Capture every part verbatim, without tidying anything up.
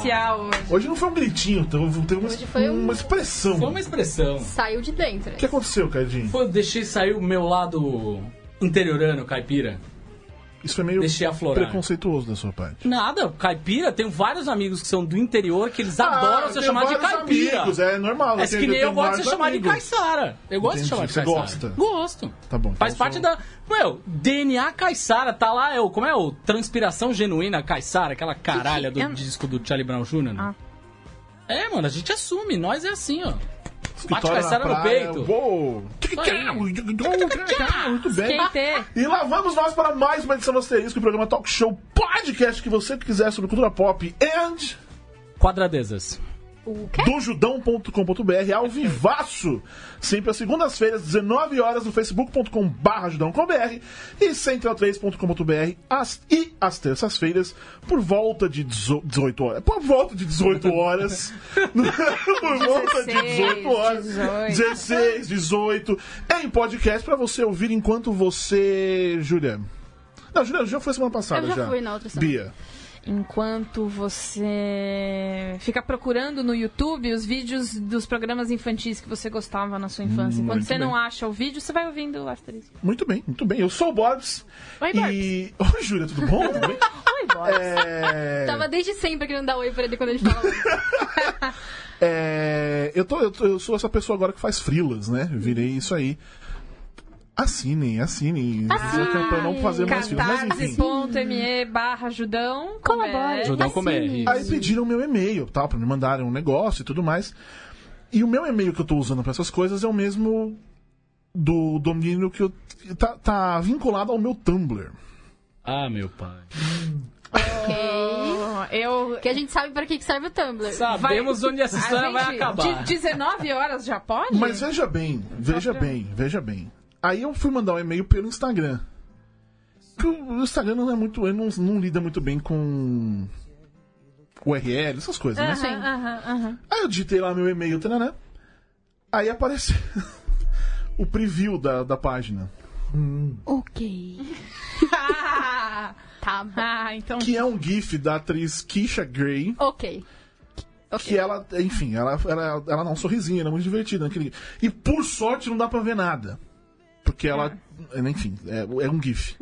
especial hoje. Hoje não foi um gritinho, teve, teve uma, Hoje foi um- uma expressão. Foi uma expressão. Saiu de dentro. O que aconteceu, Caidinho? Foi, eu deixei sair o meu lado interiorano, caipira. Isso foi meio Deixei aflorar. preconceituoso da sua parte. Nada, caipira, tenho vários amigos que são do interior que eles adoram ser tem chamados de vários caipira. amigos, é normal. É que nem eu gosto de ser chamado de caiçara. Eu gosto de Entendi, chamar de você caiçara. gosta? Gosto. Tá bom. Faz então parte sou- da... Meu, D N A caiçara, tá lá, é o, como é o Transpiração Genuína Caiçara, aquela caralha do é? disco do Charlie Brown Júnior né? Ah. É, mano, a gente assume, nós é assim, ó. Bate Escritório caiçara na no praia, peito. Uou. Muito bem. Quem tem? E lá vamos nós para mais uma edição do Asterisco, o programa Talk Show Podcast que você quiser sobre cultura pop and Quadradezas. O quê? do judão ponto com ponto b r ao vivaço, sempre às segundas-feiras, dezenove horas, no facebook ponto com barra judão ponto com b r e central três ponto com ponto b r as, e às terças-feiras, por volta de dezoito horas. Por volta de dezoito horas. por volta de dezoito horas. dezoito. dezesseis, dezoito. Em podcast pra você ouvir enquanto você. Júlia. Não, Júlia já foi semana passada. Eu já fui na outra semana. Bia. Enquanto você fica procurando no YouTube os vídeos dos programas infantis que você gostava na sua infância. Hum, Quando muito você não bem. acha o vídeo, você vai ouvindo o Asterisco. Muito bem, muito bem. Eu sou o Borbs. Oi, E. Oi, Júlia, tudo bom? Tudo bem? Oi, Boris. É... Tava desde sempre querendo dar oi pra ele quando ele fala oi. É, eu, tô, eu, tô- eu sou essa pessoa agora que faz frilas, né? Eu virei isso aí. Assinem, assinem. Assinem. Pra não fazer mais frilas. Mas enfim. catarse.me barra judão. Colabore. Judão com Assine. R. Aí pediram meu e-mail, tá? Pra me mandarem um negócio e tudo mais. E o meu e-mail que eu tô usando pra essas coisas é o mesmo do domínio que eu, tá, tá vinculado ao meu Tumblr. Ah, meu pai. Oh, eu... Que a gente sabe pra que que serve o Tumblr. Sabemos onde essa história A vai gente, acabar. de dezenove horas já pode? Mas veja bem, veja pra- bem, veja bem. Aí eu fui mandar um e-mail pelo Instagram. Que o Instagram não é muito. Ele não, não lida muito bem com U R L, essas coisas, né? Aham, aham, aham. Aí eu digitei lá meu e-mail, né? Aí apareceu o preview da, da página. Ok. Ah, Tá bom. ah, então... Que é um GIF da atriz Keisha Grey. Ok. Que ela, enfim, ela, ela, ela dá um sorrisinho, ela é muito divertida naquele. E por sorte não dá pra ver nada. Porque ela. Enfim, é, é um GIF.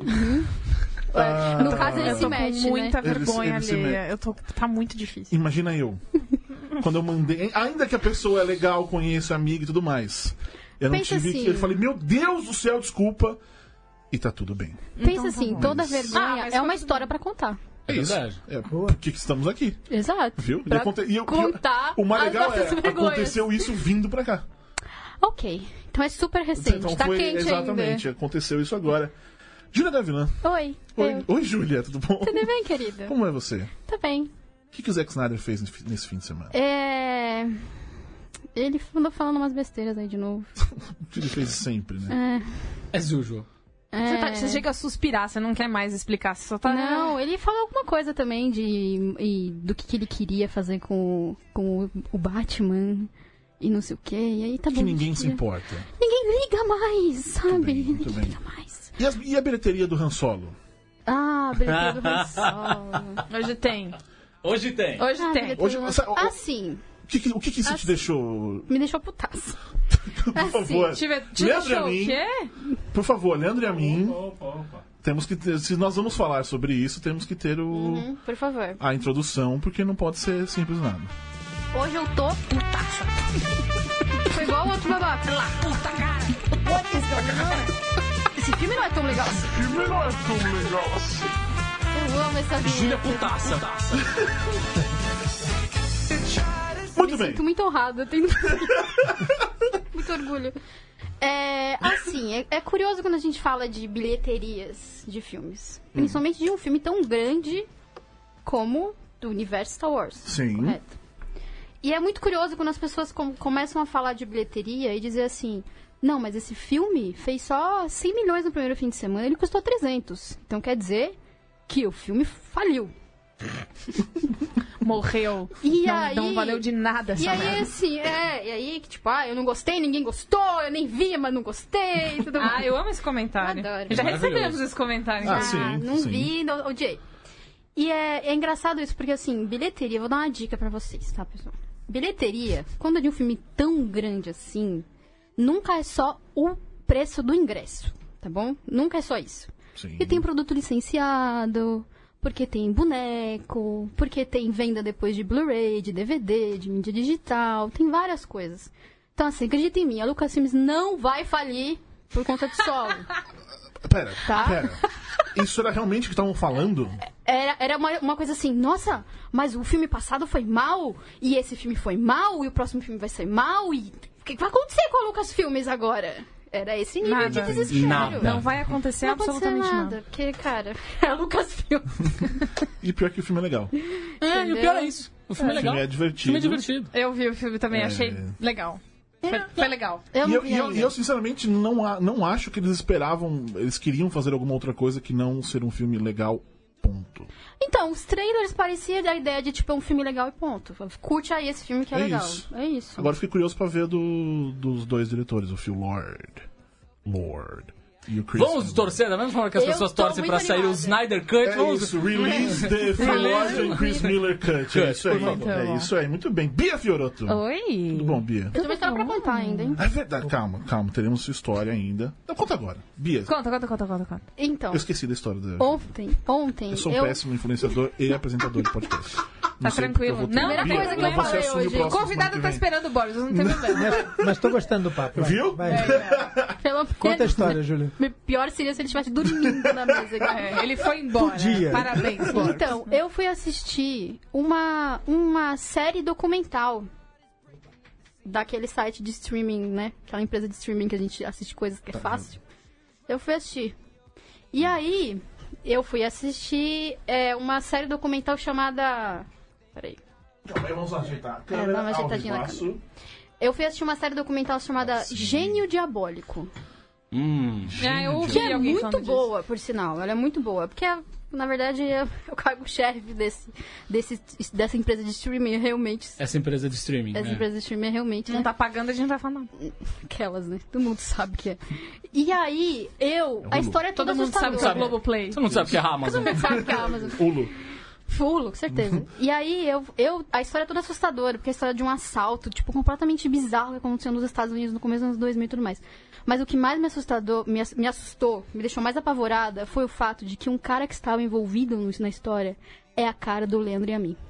Ah, No caso, ele Eu se tô mexe, com muita né? Ele se- vergonha ele se alheia. mexe. Eu tô... Tá muito difícil. Imagina eu. Quando eu mandei. Ainda que a pessoa é legal, conheço, é amiga e tudo mais. Eu não Pensa tive assim. que. Eu falei, meu Deus do céu, desculpa. E tá tudo bem. Pensa Então tá assim, bom. toda Mas- Ah, vergonha mas é uma quando- história pra contar. É verdade. É, por que que estamos aqui? Exato. Viu? E Pra aconte- e eu- contar o mais as legal nossas é, vergonhas. aconteceu isso vindo pra cá. Ok. Então é super recente. Então tá foi quente exatamente, aconteceu isso agora. Júlia Davilan. ainda. Oi. Oi, eu. oi, Júlia, tudo bom? Tudo bem, querida? Como é você? Tá bem. O que, que o Zack Snyder fez nesse nesse fim de semana? É... Ele andou falando umas besteiras aí de novo. O que ele fez sempre, né? É... É Zujo. Você, tá- é... você chega a suspirar, você não quer mais explicar, você só tá... Não, ele falou alguma coisa também de e do que, que ele queria fazer com, com o, o Batman e não sei o quê. E aí tá Que bom. ninguém se né? importa. Ninguém liga mais, sabe? bem, muito ninguém bem. liga mais. E, as- e a bilheteria do Han Solo? Ah, bilheteria do Han Solo. Hoje tem. Hoje tem. Hoje Ah, tem. bilheteria Hoje- do Han essa- Solo. o- Assim, O que, que- o que, que isso te Assim. deixou? me deixou putaço. Por assim, favor. Te, te Leandro e deixou a o mim, quê? por favor, Leandro e a mim, Opa, opa. temos que ter, se nós vamos falar sobre isso, temos que ter o, Hum, por favor. a introdução, porque não pode ser simples nada. Hoje eu tô putaça. Foi igual o outro babaca. Lá, puta cara. Esse filme não é tão legal assim. Que melhor tão legal assim. Eu amo essa vinheta. Júlia putaça. Muito Me bem. sinto muito honrada. Eu tenho muito orgulho. É, assim, é, é curioso quando a gente fala de bilheterias de filmes. Principalmente de um filme tão grande como do universo Star Wars. Sim. Correto. E é muito curioso quando as pessoas com- começam a falar de bilheteria e dizer assim... Não, mas esse filme fez só cem milhões no primeiro fim de semana, ele custou trezentos. Então quer dizer que o filme faliu. Morreu. E não, aí- não valeu de nada E essa aí, merda. assim, é, e aí, que tipo, ah, eu não gostei, ninguém gostou, eu nem vi, mas não gostei, tudo Ah, eu amo esse comentário. Eu adoro. Já Maravilhoso. recebemos esse comentário. Ah, Ah, sim, não sim. vi, não, odiei. E é, é engraçado isso, porque assim, bilheteria, vou dar uma dica pra vocês, tá, pessoal? Bilheteria, quando é de um filme tão grande assim, nunca é só o preço do ingresso, tá bom? Nunca é só isso. Sim. E tem produto licenciado, porque tem boneco, porque tem venda depois de Blu-ray, de D V D, de mídia digital, tem várias coisas. Então assim, acredita em mim, a Lucasfilmes não vai falir por conta de solo. Pera, Tá. pera. Isso era realmente o que estavam falando? Era, era uma, uma coisa assim, nossa, mas o filme passado foi mal, e esse filme foi mal, e o próximo filme vai ser mal, e o que vai acontecer com a Lucasfilmes agora? Era esse nível Nada. de desespero. Nada. Não vai acontecer Não vai acontecer absolutamente nada, nada. porque, cara, é a Lucasfilmes. E pior que o filme é legal. O É, e o pior é isso. O filme é legal. filme é O divertido. filme é divertido. Eu vi o filme também, É. achei legal. Foi, foi legal. Eu E não eu, vi e eu, ainda. e eu, sinceramente, não, a- não acho que eles esperavam. Eles queriam fazer alguma outra coisa que não ser um filme legal. Ponto. Então, os trailers pareciam a ideia de, tipo, é um filme legal e ponto. Curte aí esse filme que é, É legal. isso. É isso. Agora fiquei curioso pra ver do, dos dois diretores, o Phil Lord. Lord. E o Chris Vamos torcer, da mesma forma que as Eu pessoas tô torcem muito pra sair o animada. Snyder Cut. É Vamos... isso, release the Phil Lord and Chris Miller Cut. É isso aí. Muito É bom. isso aí. Muito bem. Bia Fiorotto. Oi. Tudo bom, Bia? Eu tenho uma história pra contar ainda, hein? É verdade. Calma, calma. Teremos sua história ainda. Então conta agora. Bia, Conta, conta, conta, conta, conta. Então, eu esqueci da história dela. ontem, ontem, Eu sou um eu... péssimo influenciador e apresentador de podcast. Não Tá sei tranquilo. porque eu vou ter- Não, Bia, coisa que eu você falei assume hoje. o próximo O convidado semana tá que vem. esperando o Boris, não tem problema. Mas tô gostando do papo. vai, Viu? vai. Pelo Conta a menos, história, Júlia. pior seria se ele estivesse dormindo na mesa. É, ele foi embora. Podia. Parabéns, Boris. Então, eu fui assistir uma, uma série documental daquele site de streaming, né? Aquela empresa de streaming que a gente assiste coisas que é fácil. Eu fui assistir. E aí, eu fui assistir é, uma série documental chamada... Peraí. Calma aí, vamos ajeitar. É, dá uma ajeitadinha na Alvivaço. Eu fui assistir uma série documental chamada Gênio Diabólico. Hum. Ah, eu ouvi Que é alguém muito falando disso. boa, por sinal. Ela é muito boa. Porque, na verdade, eu, eu cargo-chefe desse, desse, dessa empresa de streaming, realmente. Essa empresa de streaming. Essa né? empresa de streaming é realmente. Não né? tá pagando, a gente não vai falar. Aquelas, né? Todo mundo sabe que é. E aí, eu. A história é toda Todo mundo sabe que é o assustadora. Globoplay. Você não sabe o que é a Amazon. Todo mundo sabe que é a Amazon. Hulu. Fulo, com certeza. E aí, eu, eu, a história é toda assustadora, porque é a história de um assalto, tipo, completamente bizarro que aconteceu nos Estados Unidos no começo dos anos dois mil e tudo mais. Mas o que mais me, assustador, me, ass- me assustou, me deixou mais apavorada, foi o fato de que um cara que estava envolvido no- na história é a cara do Leandro e a mim.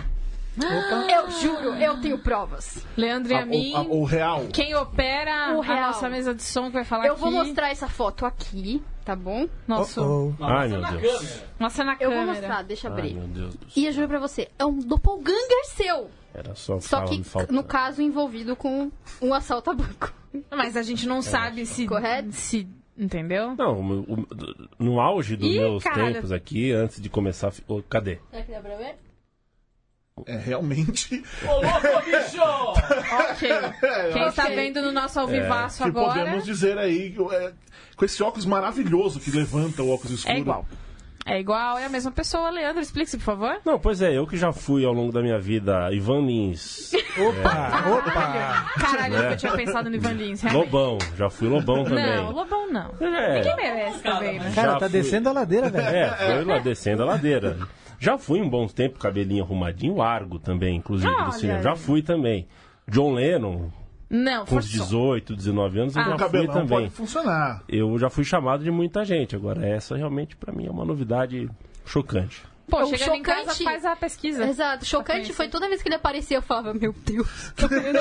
Eu juro, eu tenho provas. Leandro e A- a mim. o, a- o real. Quem opera O a real. nossa mesa de som que vai falar Eu aqui. vou mostrar essa foto aqui, tá bom? Nosso, Oh, oh. Ai, meu Deus. Nossa na Eu câmera. vou mostrar, deixa Ai, abrir. meu Deus do céu. E eu juro pra você, é um doppelganger seu. Era só o Só tava que, me faltando. no caso, envolvido com um assalto a banco. Mas a gente não sabe se. Correto? se. Entendeu? Não, o- o- no auge dos Ih, meus cara. tempos aqui, antes de começar... a fi- Ô, cadê? Será que dá pra ver? É realmente. Ô, louco, bicho! Ok. Quem está Ok. vendo no nosso alvivaço Que agora. podemos dizer aí, é, com esse óculos maravilhoso que levanta o óculos escuro. É igual. É igual, é a mesma pessoa. Leandro, explique-se, por favor. Não, pois é, eu que já fui ao longo da minha vida Ivan Lins, Opa, opa. Caralho, eu nunca tinha pensado no Ivan Lins. realmente. Lobão, já fui Lobão também. Não, Lobão não. É, Ninguém merece também, né? Cara, Já tá fui. descendo a ladeira, velho. é, foi lá descendo a ladeira. Já fui um bom tempo, cabelinho arrumadinho, largo também, inclusive, Olha do cinema. aí. Já fui também. John Lennon, Não, com uns forçou. dezoito, dezenove anos, eu Ah, já O fui cabelão também. pode funcionar. Eu já fui chamado de muita gente. Agora, essa realmente, pra mim, é uma novidade chocante. Pô, O chegando em casa, chocante- faz a pesquisa. Exato. Chocante conhecer. foi toda vez que ele aparecia, eu falava, meu Deus.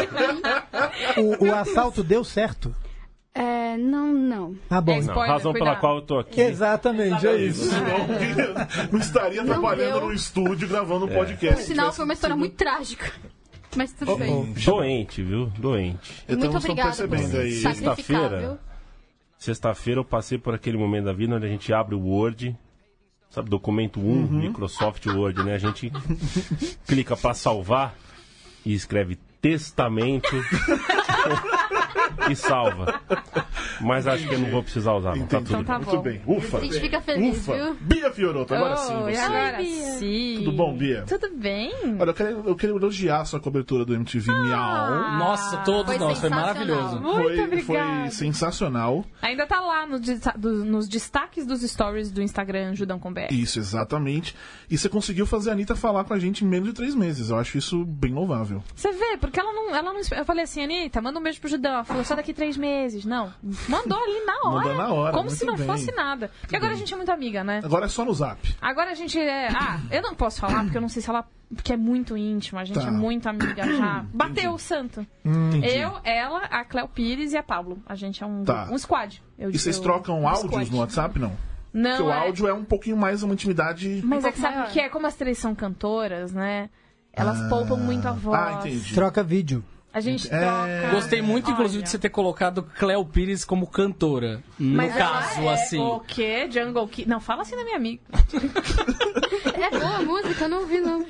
O, o assalto deu certo. É, não, não. Ah, bom. É Não, Spoiler, razão pela cuidado. qual eu tô aqui. Exatamente, é isso. Senão não estaria Não trabalhando deu. no estúdio gravando um É. podcast. Por sinal, foi uma história muito trágica. Mas tudo bem. Doente, viu? Doente. Então, Muito estão obrigada por percebendo aí. sacrificar, Sexta-feira. viu? Sexta-feira eu passei por aquele momento da vida onde a gente abre o Word, sabe, documento um, Microsoft Word, né? A gente clica pra salvar e escreve testamento. e salva. Mas acho que eu não vou precisar usar, não. Tá Entendi. tudo Então tá bem. Muito bom. bem. Ufa. A gente fica feliz, Ufa. viu? Bia Fiorotto, agora sim. Oh, e Você. agora Ai, Bia. sim. Tudo bom, Bia? Tudo bem? Olha, eu quero, eu quero elogiar a sua cobertura do M T V Miau. Nossa, todos Foi nós, foi sensacional. maravilhoso. Muito Foi, obrigada. foi sensacional. Ainda tá lá no desta- do- nos destaques dos stories do Instagram Judão com B R. Isso, exatamente. E você conseguiu fazer a Anitta falar com a gente em menos de três meses. Eu acho isso bem louvável. Você vê, porque ela não, ela não. Eu falei assim, Anitta, manda um beijo pro Judão. Ela falou só daqui três meses. Não. Mandou ali na hora. Mandou na hora, Como muito se não bem. fosse nada. Porque agora a gente é muito amiga, né? Agora é só no Zap. Agora a gente é. Ah, eu não posso falar, porque eu não sei se ela. Porque é muito íntima, a gente Tá. é muito amiga já. Bateu o santo. Entendi. Eu, ela, a Cléo Pires e a Pablo. A gente é um, Tá. um squad. Eu- E vocês eu- trocam um áudios squad. no WhatsApp, não? Não, Porque o é- áudio é um pouquinho mais uma intimidade. Mas é que pouco sabe o maior. que é? Como as três são cantoras, né? Elas poupam muito a voz. Ah, entendi. Troca vídeo. A gente É. troca. Gostei muito, inclusive, Olha. de você ter colocado Cléo Pires como cantora. No Mas ela caso, é assim. O quê? Jungle Kid? Não, fala assim da minha amiga. É boa a música, eu não ouvi, não.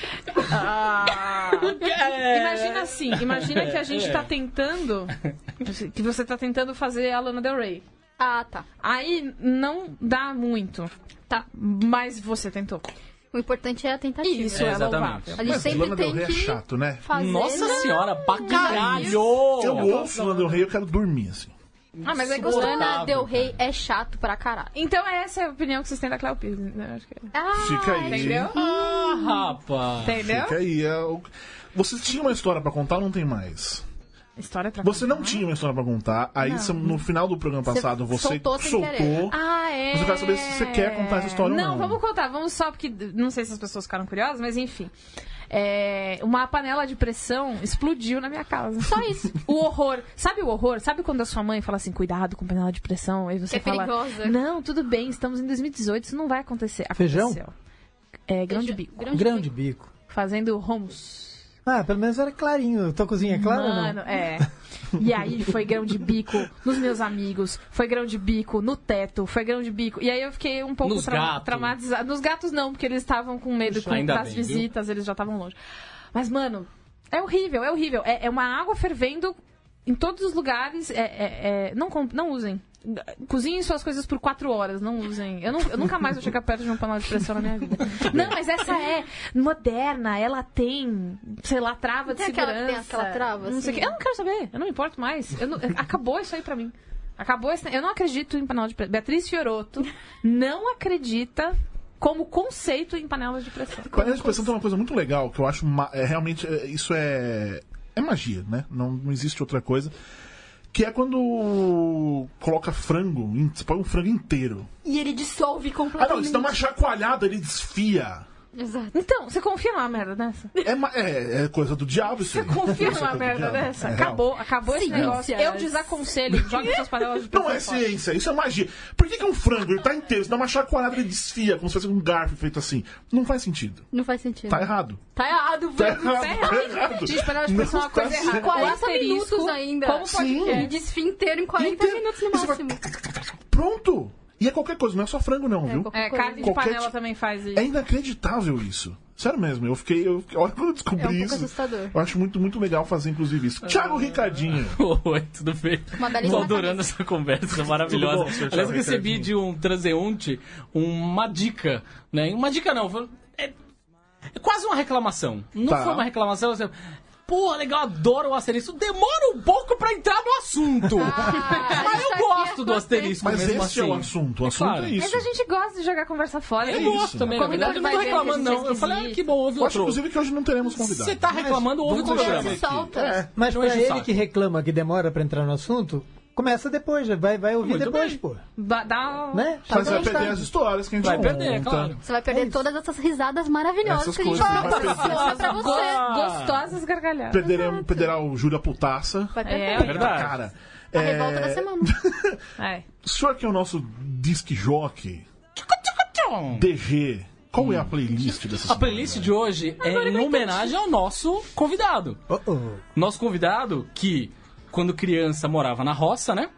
Ah. É. Imagina assim, imagina que a gente tá tentando. Que você tá tentando fazer a Lana Del Rey. Ah, tá. Aí não dá muito. Tá. Mas você tentou. O importante é a tentativa. Isso É, é, exatamente. louvável. A gente Mas sempre Lana Del tem Rey é que chato, né? fazer... Nossa Não. senhora, pra caralho! Eu ouço Lana Del Rey e eu quero dormir, assim. Ah, mas é gostoso. Lana Del Rey é chato pra caralho. Então essa é a opinião que vocês têm da Cléo Pires, né? Acho que é. Ah, Fica aí. Entendeu? Ah, rapaz! Entendeu? Fica aí. é o- Você tinha uma história pra contar ou não tem mais? História pra Você não contar. tinha uma história pra contar, aí Não. você- no final do programa passado você soltou sem soltou. querer. Ah, é. Mas eu quero saber se você quer contar essa história ou não. Não, vamos contar. Vamos só, porque não sei se as pessoas ficaram curiosas, mas enfim. É, uma panela de pressão explodiu na minha casa. Só isso. O horror. Sabe o horror? Sabe quando a sua mãe fala assim, cuidado com panela de pressão? Aí você É fala, perigosa. não, tudo bem, estamos em dois mil e dezoito, isso não vai acontecer. Feijão? Aconteceu. É, grão de bico. Grão de Grão de bico. Fazendo hummus. Ah, pelo menos era clarinho. Tua cozinha é clara ou Mano, não? é. E aí foi grão de bico nos meus amigos, foi grão de bico no teto, foi grão de bico. E aí eu fiquei um pouco Nos tra gatos. traumatizada. Nos gatos não, porque eles estavam com medo com, Ainda das bem, viu? visitas, eles já estavam longe. Mas, mano, é horrível, é horrível. É, é uma água fervendo em todos os lugares. É, é- é- não, comp- não usem. Cozinhem suas coisas por quatro horas, não usem. Eu, não- eu nunca mais vou chegar perto de uma panela de pressão na minha vida. Não, mas essa é moderna, ela tem, sei lá, trava de Tem aquela segurança. que tem aquela trava, Não sei o assim? quê. Eu não quero saber, eu não me importo mais. Eu não- acabou isso aí pra mim. Acabou esse, eu não acredito em panela de pressão. Beatriz Fiorotto não acredita como conceito em panelas de pressão. Panela de pressão tem uma coisa muito legal que eu acho ma- é, realmente é, isso é é magia, né? Não, não existe outra coisa. Que é quando coloca frango, in- você põe um frango inteiro. E ele dissolve Ah, completamente. não, eles dão uma chacoalhada, ele desfia. Exato. Então, você confia numa merda dessa? É, ma- é, é coisa do diabo isso Você aí. confia Isso é numa coisa do merda diabo. dessa? É real. Acabou, acabou esse Ciências. negócio. Eu desaconselho, jogue suas panelas de pressão Não é fora. ciência, isso é magia. Por que, que um frango, ele tá inteiro, você dá uma chacoalhada, ele desfia, como se fosse um garfo feito assim? Não faz sentido. Não faz sentido. Tá errado. Tá errado, Tá velho. errado, Tá tá errado. errado. Gente, panela de pressão é uma Não coisa tá errada. certo. quarenta Asterisco, minutos ainda. Como pode Sim. Ele desfia inteiro em quarenta Inteiro. minutos no E você vai- máximo. Pronto! E é qualquer coisa, não é só frango não, viu? qualquer É, carne de Qualquer panela ti- também faz isso. É inacreditável isso. Sério mesmo, eu fiquei. Eu, olha, quando eu descobri É um pouco isso. assustador. Eu acho muito, muito legal fazer, inclusive, isso. Thiago Ricardinho. Oi, tudo bem? Uma belíssima Tô adorando essa conversa maravilhosa. Tudo bom, senhor Aliás, eu Thiago recebi Ricardinho? de um transeunte uma dica, né? Uma dica não, foi- é, é quase uma reclamação. Não Tá. foi uma reclamação, você... Porra, legal, adoro o asterisco. Demora um pouco pra entrar no assunto. Mas eu isso aqui gosto é do asterisco Mas mesmo esse assim. é o assunto. O assunto claro. é isso. Mas a gente gosta de jogar conversa fora. Eu É gosto isso. também, na Convidado verdade. Eu não tô vai ver que a reclamando, gente é não. Eu falei, ah, esquisito. que bom, ouve Eu acho, outro. inclusive, que hoje não teremos convidado. Você tá reclamando, ouve Vamos outro deixar programa. aqui. Solta. É. Mas Não pra enche o ele saco. que reclama que demora pra entrar no assunto, começa depois, já vai, vai ouvir Muito depois, bem. pô. Dá, dá... Né? Mas vai Tá perder bem, as histórias que a gente Vai conta. perder, claro. Você vai perder todas essas risadas maravilhosas Essas que a gente coisas que vai proporciona pra você. Ah. Gostosas gargalhadas. Perderemos, perderá o Júlio Putaça. Vai perder. É, Verdade. Cara, A é, revolta da semana. É. o senhor que é o nosso disc jockey, D G, qual é a playlist dessa A playlist de hoje é em homenagem ao nosso convidado. Oh, oh. Nosso convidado que, quando criança, morava na roça, né?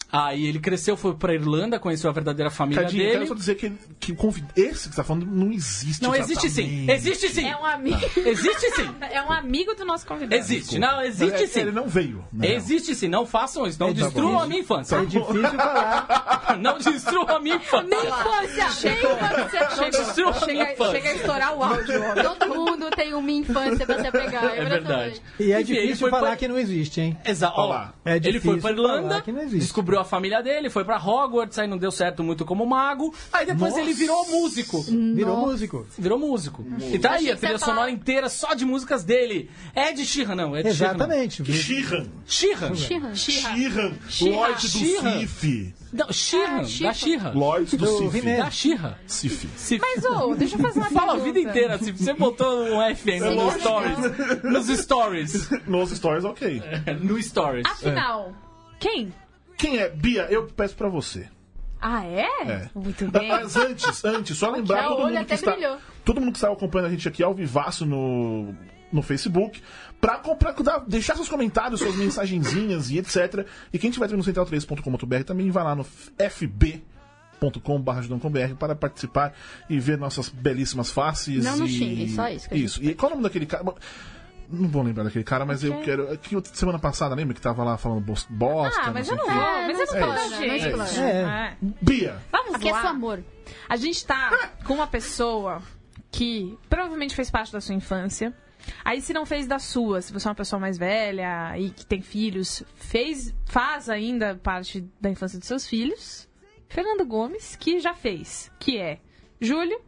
Aí ele cresceu, foi pra Irlanda, conheceu a verdadeira família Tadinho, dele. quero só dizer que, que o convid... esse que você tá falando não existe. Não, existe sim. exatamente. Existe sim. É um amigo. Existe sim. É um amigo do nosso convidado. Existe. Não, existe É, sim. Ele não veio. Né? Existe sim. Não façam isso. Não É destruam difícil. a minha infância. É difícil falar. Não destruam a minha infância. Nem infância, nem infância. Não destruam a minha Chega, infância. chega a estourar o áudio. ó. Todo mundo tem uma infância pra se apegar. É verdade. E é Enfim, ele difícil foi falar pra- que não existe, hein? Exato. Olha lá. É Ele foi pra difícil Irlanda, falar que não existe. descobriu a família dele, foi pra Hogwarts, aí não deu certo muito como mago. Aí depois Nossa. ele virou músico. Virou músico. Virou músico. E tá aí Achei a que trilha você sonora fala- inteira só de músicas dele. É de Sheeran, não. É de Sheeran. não. Exatamente. Sheeran. Sheeran. Sheeran. Sheeran. Sheeran. Lloyd do Sheeran. Sif. Não, Sheeran. Ah, Da Sheeran. Lloyd do Do Sif. He-Man. Da Sheeran. Sif. Se Mas, ô, deixa eu fazer uma fala a pergunta. vida inteira, se você botou um F ainda nos Sim, stories. Nos stories. Nos stories, ok. No stories. Afinal, quem? Quem é? Bia, eu peço pra você. Ah, é? É. Muito bem. Mas antes, antes, só lembrar Já o todo olho mundo que até está, brilhou. todo mundo que está acompanhando a gente aqui ao vivaço no, no Facebook, pra, pra, pra deixar seus comentários, suas mensagenzinhas e etcétera. E quem tiver no central três ponto com ponto b r também vai lá no f b ponto com barra ajudão com b r para participar e ver nossas belíssimas faces. Não nos e... xinguem, só isso que a gente Isso. E qual é o nome daquele cara? Não vou lembrar daquele cara, mas eu quero. Que outra- semana passada, lembra que tava lá falando bos- bosta? Ah, mas sei eu o não quê? vou. É, Mas não eu não tô explana, da não gente. explana. É. Bia, Vamos Aqui é lá. só amor. A gente tá com uma pessoa que provavelmente fez parte da sua infância. Aí, se não fez da sua, se você é uma pessoa mais velha e que tem filhos, fez, faz ainda parte da infância dos seus filhos. Fernando Gomes, que já fez, que é Júlio,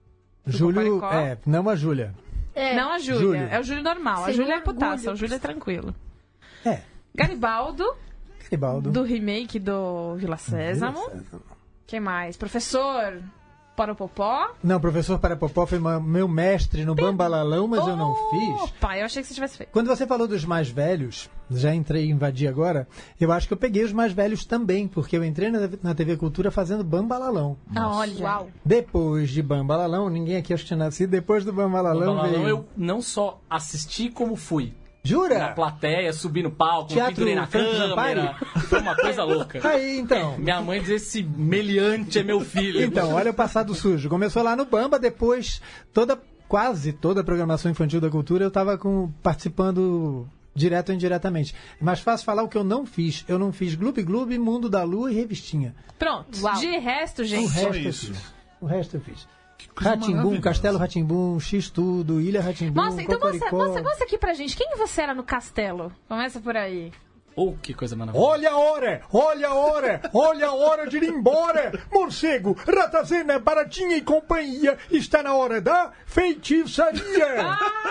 Júlio, Cocoricó. é, não a Júlia. É. não a Júlia, Júlio. é o Júlio normal. A Sem Júlia é orgulho. putaça, o Júlio é tranquilo. É, Garibaldo, Garibaldo. do remake do Vila Sésamo. Quem mais? Professor Poropopó. Não, professor Parapopó foi ma- meu mestre no Bambalalão, mas eu não fiz. Opa, eu achei que você tivesse feito. Quando você falou dos mais velhos, já entrei e invadi agora, eu acho que eu peguei os mais velhos também, porque eu entrei na, na T V Cultura fazendo Bambalalão. Ah, olha. Uau. Depois de Bambalalão, ninguém aqui acho que tinha nascido, depois do Bambalalão Balalão, veio... eu não só assisti como fui. Na Jura? plateia, subi no palco, Teatro pendurei na Franco câmera. Foi uma coisa louca. Aí, então. Minha mãe dizia, esse meliante é meu filho. Então, olha o passado sujo. Começou lá no Bamba, depois toda, quase toda a programação infantil da cultura eu estava participando direto ou indiretamente. É mais fácil falar o que eu não fiz. Eu não fiz Gloob Gloob, Mundo da Lua e Revistinha. Pronto. Uau. De resto, O gente. Só resto eu isso. fiz. O resto eu fiz. coisa Ratimbum, maravilhosa. Castelo Ratimbum, X Tudo, Ilha Ratimbum, Nossa, então você, Cocoricó. você, você aqui pra gente. Quem você era no castelo? Começa por aí. Oh, que coisa maravilhosa. Olha a hora, olha a hora, olha a hora de ir embora. Morcego, Ratazana, Baratinha e companhia, está na hora da feitiçaria.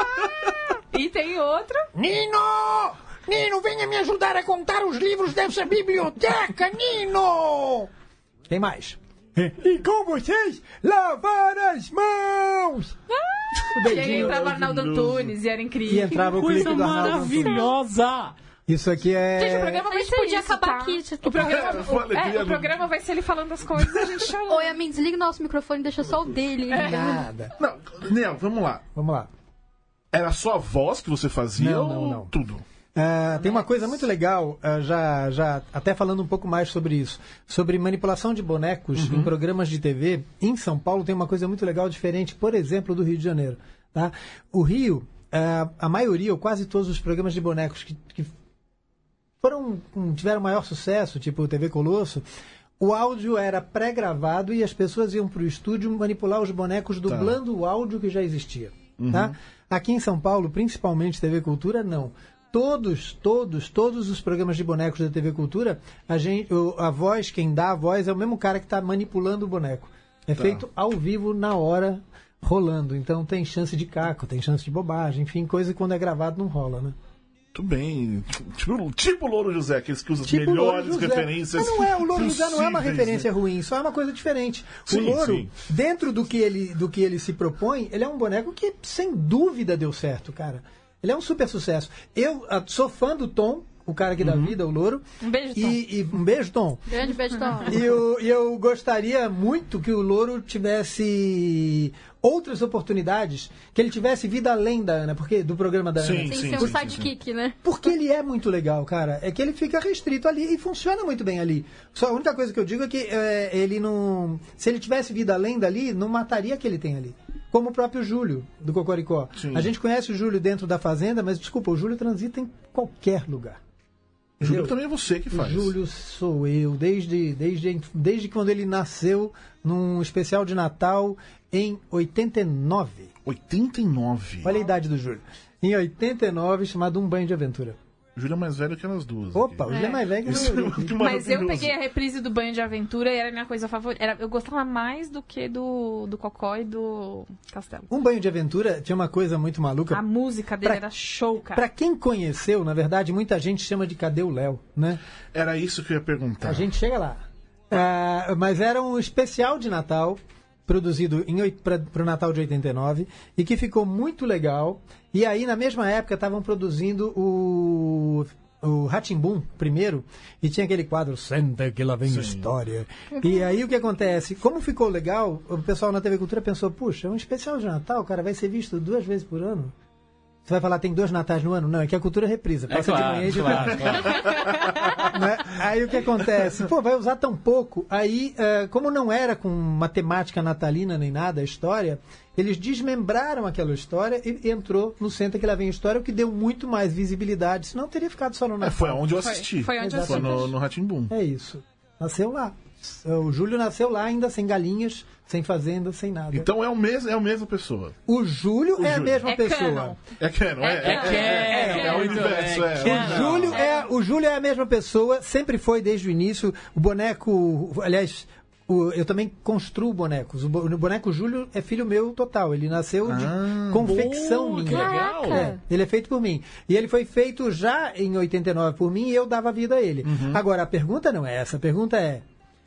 E tem outro. Nino! Nino, venha me ajudar a contar os livros dessa biblioteca, Nino! Tem mais. E com vocês, lavar as mãos! O E aí dedinho. entrava Arnaldo Antunes e era E incrível. entrava o Coisa clipe do Arnaldo Antunes. maravilhosa! Isso aqui é... Gente, o programa A vai gente ser podia isso, acabar tá? aqui, tipo, O programa, Foi o, alegria, é, o amigo. programa vai ser ele falando as coisas e a gente chama. Oi, amigo, desliga o nosso microfone e deixa só o dele. Nada. Não, Nel, vamos lá. Vamos lá. Era só a voz que você fazia Não, ou não, não. tudo? Ah, tem uma coisa muito legal, ah, já, já até falando um pouco mais sobre isso, sobre manipulação de bonecos em programas de T V. Em São Paulo tem uma coisa muito legal, diferente, por exemplo, do Rio de Janeiro. Tá? O Rio, ah, a maioria, ou quase todos os programas de bonecos que, que foram, hum, tiveram maior sucesso, tipo o T V Colosso, o áudio era pré-gravado e as pessoas iam para o estúdio manipular os bonecos dublando o áudio que já existia. Tá? Aqui em São Paulo, principalmente T V Cultura, não. Todos, todos, todos os programas de bonecos da T V Cultura, a, gente, o- a voz, quem dá a voz é o mesmo cara que está manipulando o boneco. É feito ao vivo, na hora, rolando. Então tem chance de caco, tem chance de bobagem, enfim, coisa que quando é gravado não rola, né? Tudo bem. Tipo, tipo o Louro José, aqueles que usam as Tipo o Louro melhores José. referências. Mas não é, o Louro José não é uma possíveis, referência né? ruim, só é uma coisa diferente. Sim, o Louro, sim. dentro do que, ele, do que ele se propõe, ele é um boneco que sem dúvida deu certo, cara. Ele é um super sucesso. Eu ah, sou fã do Tom o cara que dá vida, o Louro. Um beijo, Tom. E, e um beijo, Tom. Grande beijo, Tom. E eu, e eu gostaria muito que o Louro tivesse outras oportunidades, que ele tivesse vida além da Ana, porque do programa da Sim, Ana. Tem sim, que ser um sim, sidekick, né? Porque ele é muito legal, cara. É que ele fica restrito ali e funciona muito bem ali. Só a única coisa que eu digo é que é, ele não... Se ele tivesse vida além dali, não mataria o que ele tem ali. Como o próprio Júlio, do Cocoricó. Sim. A gente conhece o Júlio dentro da Fazenda, mas, desculpa, o Júlio transita em qualquer lugar. Júlio Entendeu? também é você que faz. Júlio sou eu, desde, desde, desde quando ele nasceu num especial de Natal em oitenta e nove. oitenta e nove. Olha a idade do Júlio. Em oitenta e nove, chamado Um Banho de Aventura. Júlio é mais velho que elas duas. Opa, aqui. o Júlio é mais velho que Isso é eu. muito Mas eu maravilhoso. peguei a reprise do Banho de Aventura e era a minha coisa favorita. Era, eu gostava mais do que do, do Cocó e do Castelo. Um Banho de Aventura tinha uma coisa muito maluca. A música dele Pra- era show, cara. Pra quem conheceu, na verdade, muita gente chama de Cadê o Léo, né? Era isso que eu ia perguntar. A gente chega lá. Ah, mas era um especial de Natal, produzido para o Natal de oitenta e nove, e que ficou muito legal. E aí, na mesma época, estavam produzindo o... o Rá-Tim-Bum primeiro, e tinha aquele quadro Senta que lá vem a história. E aí o que acontece? Como ficou legal, o pessoal na T V Cultura pensou, puxa, é um especial de Natal, cara, vai ser visto duas vezes por ano? Você vai falar, tem dois natais no ano? Não, é que a cultura reprisa. É Passa de manhã claro, e de claro, tarde. claro. Né? Aí o que acontece? Pô, vai usar tão pouco. Aí, eh, como não era com matemática natalina nem nada a história, eles desmembraram aquela história e, e entrou no Senta que lá vem a história, o que deu muito mais visibilidade. Senão teria ficado só no É, Natal. foi onde eu Foi- assisti. foi onde eu Foi assisti. no, no Rá-Tim-Bum. É isso. Nasceu lá. O Júlio nasceu lá ainda sem galinhas, sem fazenda, sem nada. Então é, o mesmo, é a mesma pessoa. o Júlio é a Júlio. mesma É pessoa. canon. É Canon, é. É É, canon. é, é, é, é o muito universo, bem, é. canon. O Júlio, é, o Júlio é a mesma pessoa, sempre foi desde o início. O boneco, aliás, o- eu também construo bonecos. O, bo- o boneco Júlio é filho meu total. Ele nasceu de Ah, confecção boa, minha. que legal. É, ele é feito por mim. E ele foi feito já em oitenta e nove por mim e eu dava vida a ele. Agora, a pergunta não é essa. A pergunta é: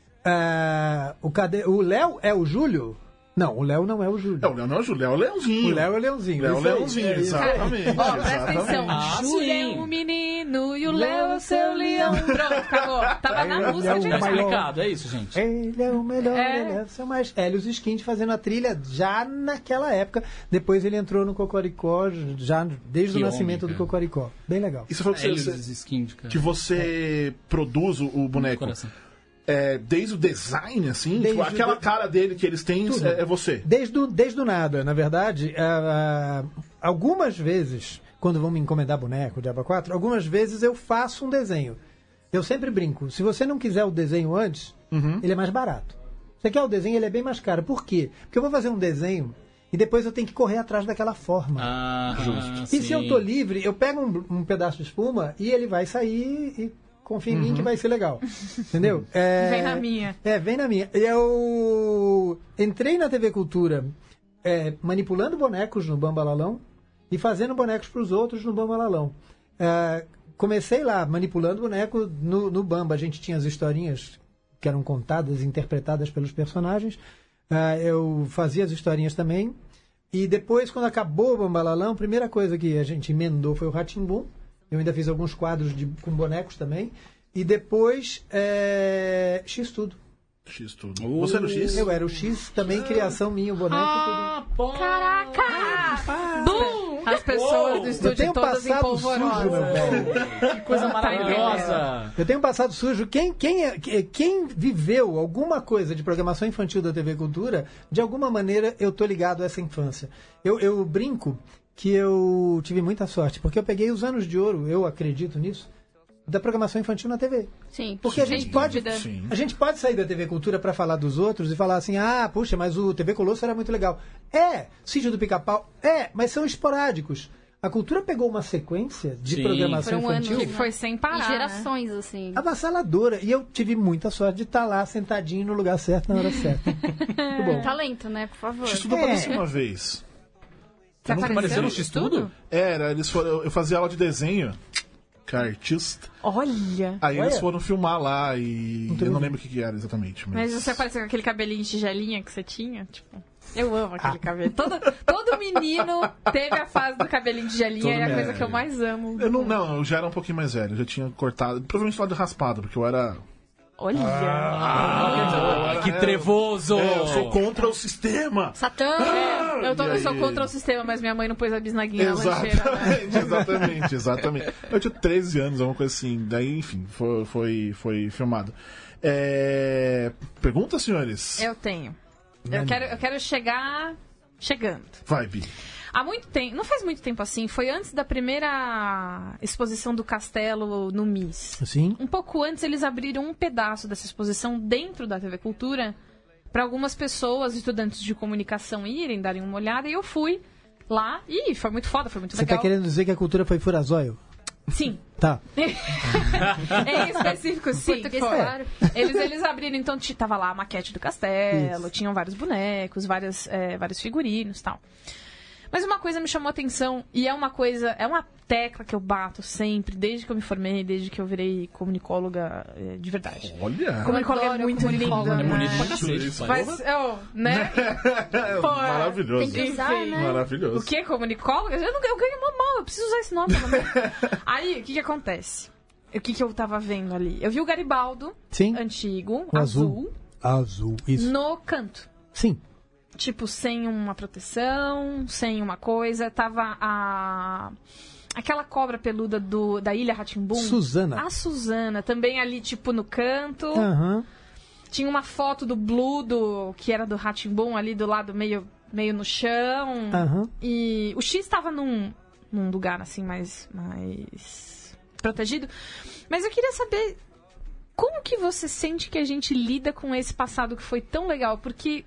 ah, o cadê- o Léo é o Júlio? Não, o Léo não é o Júlio. É, o Léo não é o Júlio, Léo é o Leãozinho. O Léo é o Leãozinho. Léo é o isso aí, Leãozinho, é isso. exatamente. Ó, presta atenção. exatamente. Ah, Júlio é sim. um menino e o Léo é o seu leão. Pronto, acabou. Tava na Ele música é de o Tá maior. explicado, é isso, gente. Ele é o melhor, É. ele é o seu mais. Hélios Skint fazendo a trilha já naquela época. Depois ele entrou no Cocoricó, já desde Que o nascimento homem, do cara. Cocoricó. Bem legal. E você falou que Eles você, skin, cara. que você produz o, o boneco Coração. é, desde o design, assim? Desde Tipo, aquela o de- cara dele que eles têm Tudo. é, é você. Desde o, desde o nada, na verdade, ah, ah, algumas vezes, quando vão me encomendar boneco, Diaba quatro, algumas vezes eu faço um desenho. Eu sempre brinco, se você não quiser o desenho antes, ele é mais barato. Você quer o desenho, ele é bem mais caro. Por quê? Porque eu vou fazer um desenho e depois eu tenho que correr atrás daquela forma. Ah, Justo. E se eu tô livre, eu pego um, um pedaço de espuma e ele vai sair e confia em mim que vai ser legal. Entendeu? É, Vem na minha. É, vem na minha. Eu entrei na T V Cultura é, manipulando bonecos no Bambalalão e fazendo bonecos para os outros no Bambalalão. É, comecei lá manipulando boneco no, no Bamba. A gente tinha as historinhas que eram contadas e interpretadas pelos personagens. É, eu fazia as historinhas também. E depois, quando acabou o Bambalalão, a primeira coisa que a gente emendou foi o Rá-Tim-Bum. Eu ainda fiz alguns quadros de, com bonecos também. E depois, é, X-Tudo. X tudo. Uh, Você era o X? Eu era o X, também criação minha, o boneco Ah, pô. Caraca! Bum! As pessoas do tudo. Eu estúdio tenho todas passado sujo, meu empolvorosas. velho. Que coisa Tá maravilhosa. Eu tenho passado sujo. Quem, quem, é- que- quem viveu alguma coisa de programação infantil da T V Cultura, de alguma maneira eu tô ligado a essa infância. Eu, eu brinco que eu tive muita sorte, porque eu peguei os anos de ouro, eu acredito nisso, da programação infantil na T V. Sim. Porque a gente Sem pode, dúvida. Sim. a gente pode sair da T V Cultura para falar dos outros e falar assim, ah, puxa, mas o T V Colosso era muito legal. É, Sítio do Pica-Pau, é, mas são esporádicos. A Cultura pegou uma sequência de Sim. programação Foram anos, infantil Que foi sem E parar, né? gerações, assim. avassaladora. E eu tive muita sorte de estar lá sentadinho no lugar certo na hora certa. Muito bom. Talento, né? Por favor. X tudo É. apareceu uma vez. Você Nunca apareceu no X X-Tudo? Era, eles foram, eu fazia aula de desenho. Artist. Olha! Aí Olha. eles foram filmar lá e Não tô eu não vendo. lembro o que, que era exatamente. Mas, Mas você apareceu com aquele cabelinho de tigelinha que você tinha, tipo... Eu amo aquele cabelo. Todo, todo menino teve a fase do cabelinho de gelinha, Todo é a menino. coisa que eu mais amo. Eu não, não, eu já era um pouquinho mais velho, eu já tinha cortado, provavelmente lado raspado, porque eu era... Olha! Ah, que trevoso! É, eu sou contra o sistema! Satã! É, eu, tô, E eu sou aí? contra o sistema, mas minha mãe não pôs a bisnaguinha na lancheira, né? Exatamente, exatamente, exatamente. Eu tinha treze anos, alguma coisa assim. Daí, enfim, foi, foi, foi filmado. É... Pergunta, senhores? Eu tenho. Eu quero, eu quero chegar chegando. Vai, Bi. Há muito tempo, não faz muito tempo assim, foi antes da primeira exposição do Castelo no M I S. Sim. Um pouco antes, eles abriram um pedaço dessa exposição dentro da T V Cultura para algumas pessoas, estudantes de comunicação, irem, darem uma olhada. E eu fui lá e foi muito foda, foi muito Você legal. tá querendo dizer que a cultura foi furazóio? Sim. Tá. Em específico, sim. Português, foi. claro. Eles, eles abriram, então t- tava lá a maquete do castelo, Isso. tinham vários bonecos, várias, é, vários figurinos e tal. Mas uma coisa me chamou a atenção, e é uma coisa, é uma tecla que eu bato sempre, desde que eu me formei, desde que eu virei comunicóloga é, de verdade. Olha! Comunicóloga é adoro muito comunicóloga. linda, É bonito né? pra cacete. Isso. pai. Mas, oh, né? Pô, Maravilhoso. Tem que usar, Enfim. né? Maravilhoso. O que? Comunicóloga? Eu, não, eu ganho mó mal, eu preciso usar esse nome. Pelo menos. Aí, o que que acontece? O que que eu tava vendo ali? Eu vi o Garibaldo, Sim. antigo, O azul, azul. Azul, isso. no canto. Sim. Tipo, sem uma proteção, sem uma coisa. Tava a... Aquela cobra peluda do, da Ilha Rá-Tim-Bum. Suzana. A Suzana, também ali, tipo, no canto. Aham. Tinha uma foto do Blue, do, que era do Rá-Tim-Bum, ali do lado, meio, meio no chão. Aham. E o X estava num, num lugar, assim, mais, mais protegido. Mas eu queria saber... Como que você sente que a gente lida com esse passado que foi tão legal? Porque...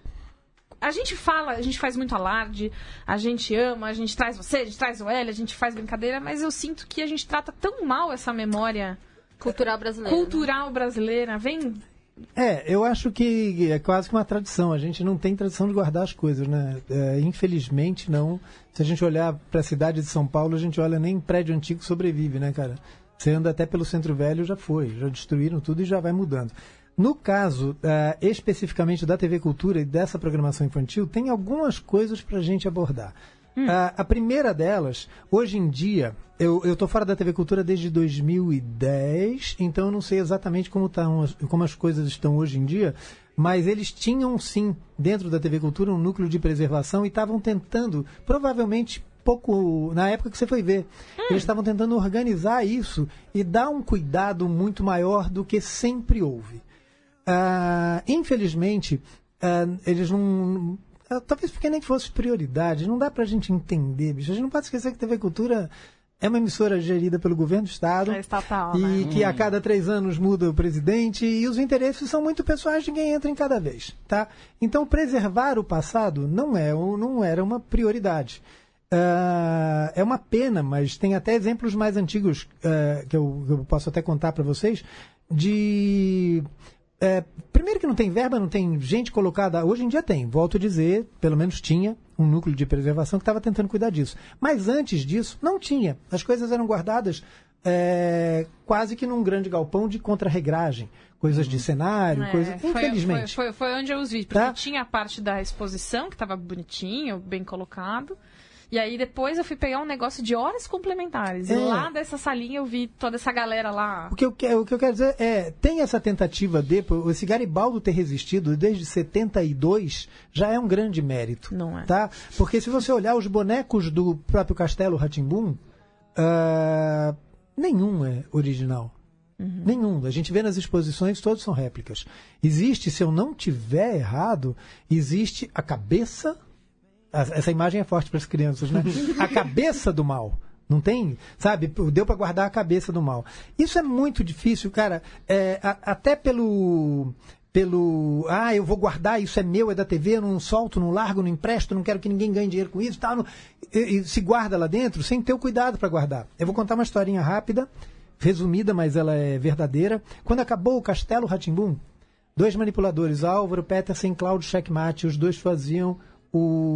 A gente fala, a gente faz muito alarde, a gente ama, a gente traz você, a gente traz o L, a gente faz brincadeira, mas eu sinto que a gente trata tão mal essa memória Cultural brasileira. cultural brasileira. Vem. É, eu acho que é quase que uma tradição. A gente não tem tradição de guardar as coisas, né? É, infelizmente, não. Se a gente olhar para a cidade de São Paulo, a gente olha nem prédio antigo sobrevive, né, cara? Você anda até pelo Centro Velho, já foi. Já destruíram tudo e já vai mudando. No caso, uh, especificamente da T V Cultura e dessa programação infantil, tem algumas coisas para a gente abordar. Hum. Uh, a primeira delas, hoje em dia, eu estou fora da T V Cultura desde dois mil e dez, então eu não sei exatamente como, tá umas, como as coisas estão hoje em dia, mas eles tinham sim, dentro da T V Cultura, um núcleo de preservação e estavam tentando, provavelmente pouco na época que você foi ver, hum. eles estavam tentando organizar isso e dar um cuidado muito maior do que sempre houve. Uh, infelizmente, uh, eles não... Uh, talvez porque nem fosse prioridade, não dá pra gente entender, bicho. A gente não pode esquecer que a T V Cultura é uma emissora gerida pelo governo do Estado É estatal, e né? que Hum. a cada três anos muda o presidente e os interesses são muito pessoais de quem entra em cada vez, tá? Então, preservar o passado não, é, não era uma prioridade. Uh, é uma pena, mas tem até exemplos mais antigos uh, que, eu, que eu posso até contar para vocês de... É, primeiro que não tem verba, não tem gente colocada. Hoje em dia tem, volto a dizer, pelo menos tinha um núcleo de preservação que estava tentando cuidar disso. Mas antes disso, não tinha. As coisas eram guardadas é, quase que num grande galpão de contra-regragem. Coisas de cenário, É, coisas... foi- Infelizmente. Foi, foi, foi onde eu os vi, porque Tá? tinha a parte da exposição, que estava bonitinho, bem colocado. E aí depois eu fui pegar um negócio de horas complementares. E É. lá dessa salinha eu vi toda essa galera lá. O que, eu, que- o que eu quero dizer é, tem essa tentativa de... Esse Garibaldo ter resistido desde setenta e dois já é um grande mérito. Não é? Tá? Porque se você olhar os bonecos do próprio Castelo Rá-Tim-Bum, ah, nenhum é original. Uhum. Nenhum. A gente vê nas exposições, todos são réplicas. Existe, se eu não tiver errado, existe a cabeça... Essa imagem é forte para as crianças, né? A cabeça do mal. Não tem, sabe? Deu para guardar a cabeça do mal. Isso é muito difícil, cara. É, a, até pelo... pelo... Ah, eu vou guardar, isso é meu, é da T V, eu não solto, não largo, não empresto, não quero que ninguém ganhe dinheiro com isso. Tá, não, e, e se guarda lá dentro sem ter o cuidado para guardar. Eu vou contar uma historinha rápida, resumida, mas ela é verdadeira. Quando acabou o Castelo Rá-Tim-Bum, dois manipuladores, Álvaro Petersen e Cláudio Checkmate, os dois faziam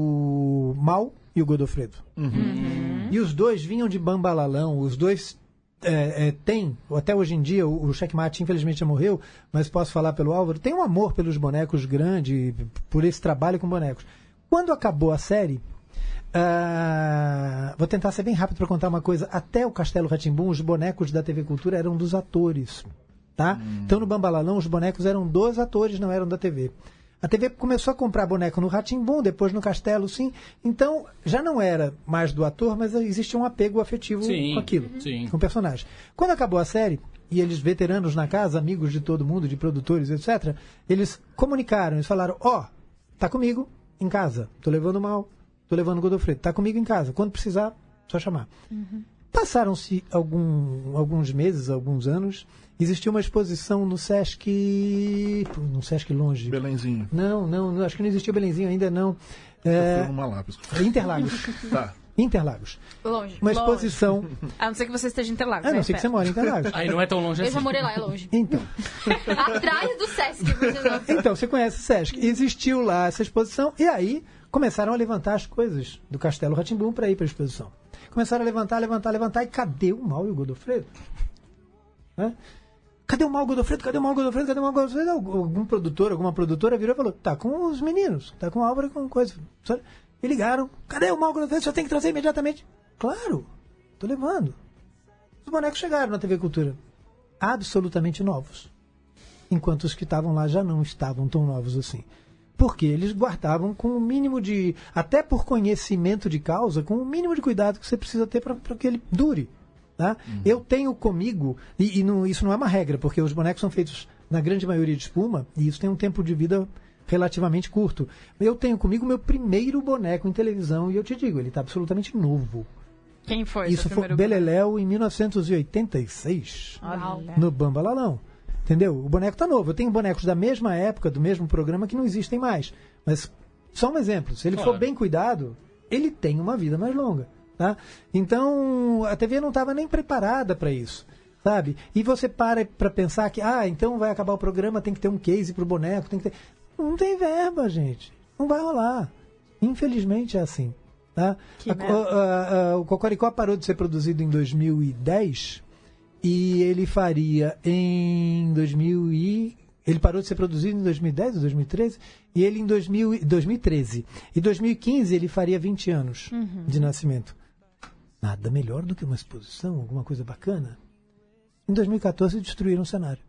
o Mal e o Godofredo. Uhum. E os dois vinham de Bambalalão, os dois é, é, tem, até hoje em dia, o, o Checkmate infelizmente já morreu, mas posso falar pelo Álvaro, tem um amor pelos bonecos grande, por esse trabalho com bonecos. Quando acabou a série, uh, vou tentar ser bem rápido para contar uma coisa, até o Castelo Rá-Tim-Bum, os bonecos da T V Cultura eram dos atores. Tá? Hum. Então no Bambalalão os bonecos eram dos atores, não eram da T V. A T V começou a comprar boneco no Rá-Tim-Bum, depois no Castelo, sim. Então já não era mais do ator, mas existia um apego afetivo sim, com aquilo, sim. com o personagem. Quando acabou a série, e eles veteranos na casa, amigos de todo mundo, de produtores, etcétera, eles comunicaram, eles falaram, ó, oh, tá comigo em casa, tô levando mal, tô levando o Godofredo, tá comigo em casa, quando precisar, só chamar. Uhum. Passaram-se algum, alguns meses, alguns anos, existia uma exposição no Sesc... No Sesc longe. Belenzinho. Não, não, não, acho que não existia Belenzinho ainda, não. É... Eu fui numa lápis. Interlagos. Tá. Interlagos. Longe. Uma exposição... A não ser que você esteja em Interlagos. A não é, ser que você mora em Interlagos. Aí não é tão longe Eu assim. já morei lá, é longe. Então. Atrás do Sesc, por exemplo. Então, você conhece o Sesc. Existiu lá essa exposição e aí começaram a levantar as coisas do Castelo Rá-Tim-Bum para ir para a exposição. Começaram a levantar, levantar, levantar. E cadê o Mal e o Godofredo? Né? Cadê o Mal Godofredo? Cadê o Mal Godofredo? Cadê o Mal Godofredo? Algum produtor, alguma produtora virou e falou, tá com os meninos, tá com a Álvaro, com coisa. E ligaram, cadê o Mal Godofredo? Só tem que trazer imediatamente. Claro, tô levando. Os bonecos chegaram na T V Cultura, absolutamente novos. Enquanto os que estavam lá já não estavam tão novos assim. Porque eles guardavam com o mínimo de, até por conhecimento de causa, com o mínimo de cuidado que você precisa ter para que ele dure. Tá? Uhum. Eu tenho comigo, e, e não, isso não é uma regra, porque os bonecos são feitos na grande maioria de espuma, e isso tem um tempo de vida relativamente curto. Eu tenho comigo meu primeiro boneco em televisão, e eu te digo, ele está absolutamente novo. Quem foi? Isso foi Beleléu em mil novecentos e oitenta e seis, Olha. No Bambalalão. Entendeu? O boneco está novo. Eu tenho bonecos da mesma época, do mesmo programa, que não existem mais. Mas, só um exemplo, se ele claro. for bem cuidado, ele tem uma vida mais longa. Tá? Então, a T V não estava nem preparada para isso, sabe? E você para para pensar que, ah, então vai acabar o programa, tem que ter um case pro boneco, tem que ter... Não tem verba, gente. Não vai rolar. Infelizmente é assim. Tá? A, a, a, o Cocoricó parou de ser produzido em dois mil e dez e ele faria em dois mil e... Ele parou de ser produzido em dois mil e dez ou dois mil e treze e ele em dois mil, dois mil e treze. Em dois mil e quinze ele faria vinte anos uhum. de nascimento. Nada melhor do que uma exposição, alguma coisa bacana. Em dois mil e quatorze destruíram o cenário.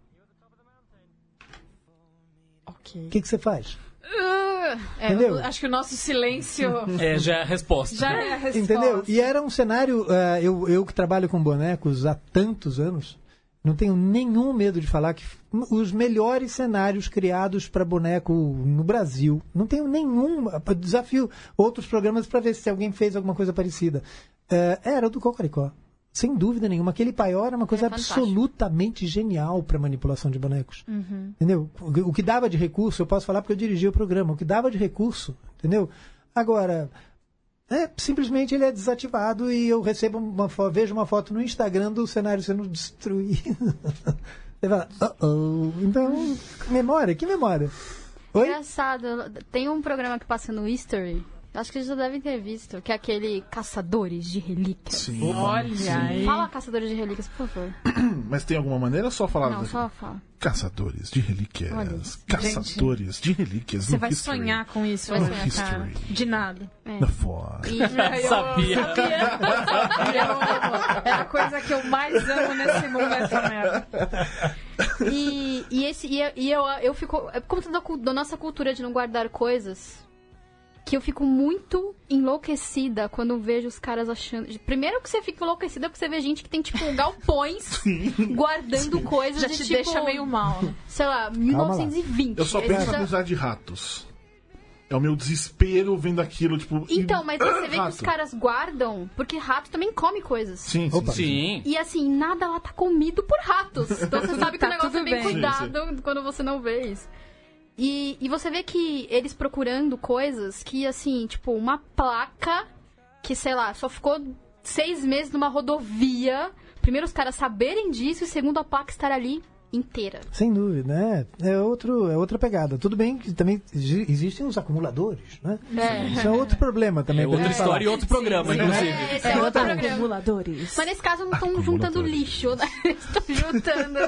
Ok. O que, que você faz? Uh, é, Entendeu? Eu, acho que o nosso silêncio... É, já é a resposta. Já é a resposta. Entendeu? E era um cenário... Uh, eu, eu que trabalho com bonecos há tantos anos, não tenho nenhum medo de falar que os melhores cenários criados para boneco no Brasil, não tenho nenhum... Desafio outros programas para ver se alguém fez alguma coisa parecida. Uh, era o do Cocoricó. Sem dúvida nenhuma. Aquele paiol era uma coisa é absolutamente genial para manipulação de bonecos. Uhum. Entendeu? O, o que dava de recurso, eu posso falar porque eu dirigi o programa, o que dava de recurso, entendeu? Agora, é, simplesmente ele é desativado e eu recebo uma foto, vejo uma foto no Instagram do cenário sendo destruído. Você fala, uh-oh. Então, memória, que memória? Oi? Engraçado, tem um programa que passa no History. Acho que eles já devem ter visto, que é aquele Caçadores de Relíquias. Sim. Olha Sim. aí. Fala Caçadores de Relíquias, por favor. Mas tem alguma maneira ou só falar? Não, só fala. Caçadores de Relíquias. Olha, Caçadores gente, de Relíquias. Você no vai History. sonhar com isso, Vai no sonhar, cara. De nada. É. Na Fox. E, Sabia. Sabia. Eu amo. É a coisa que eu mais amo nesse mundo, essa merda. e, e, esse, e, eu- e eu, eu fico... É por conta da, cu- da nossa cultura de não guardar coisas... que eu fico muito enlouquecida quando vejo os caras achando... Primeiro que você fica enlouquecida porque você vê gente que tem, tipo, galpões guardando coisas Já de, te tipo... deixa meio mal, né? Sei lá, mil novecentos e vinte. Eu só Eles penso na já- amizade de ratos. É o meu desespero vendo aquilo, tipo... Então, e- mas você vê que rato. os caras guardam porque rato também come coisas. Sim, sim, Opa. sim. Sim. E assim, nada lá tá comido por ratos. Então você sabe que Tá o negócio tudo é bem bem. cuidado quando você não vê isso. E, e você vê que eles procurando coisas que, assim, tipo, uma placa que, sei lá, só ficou seis meses numa rodovia. Primeiro os caras saberem disso e segundo a placa estar ali inteira. Sem dúvida, né? É, outro, é outra pegada. Tudo bem que também exi- existem os acumuladores, né? É. Isso é outro problema também. É pra outra gente falar. história e outro programa, Sim, inclusive. é, esse é outro programa. Acumuladores. Mas nesse caso não estão juntando lixo, né? Estão juntando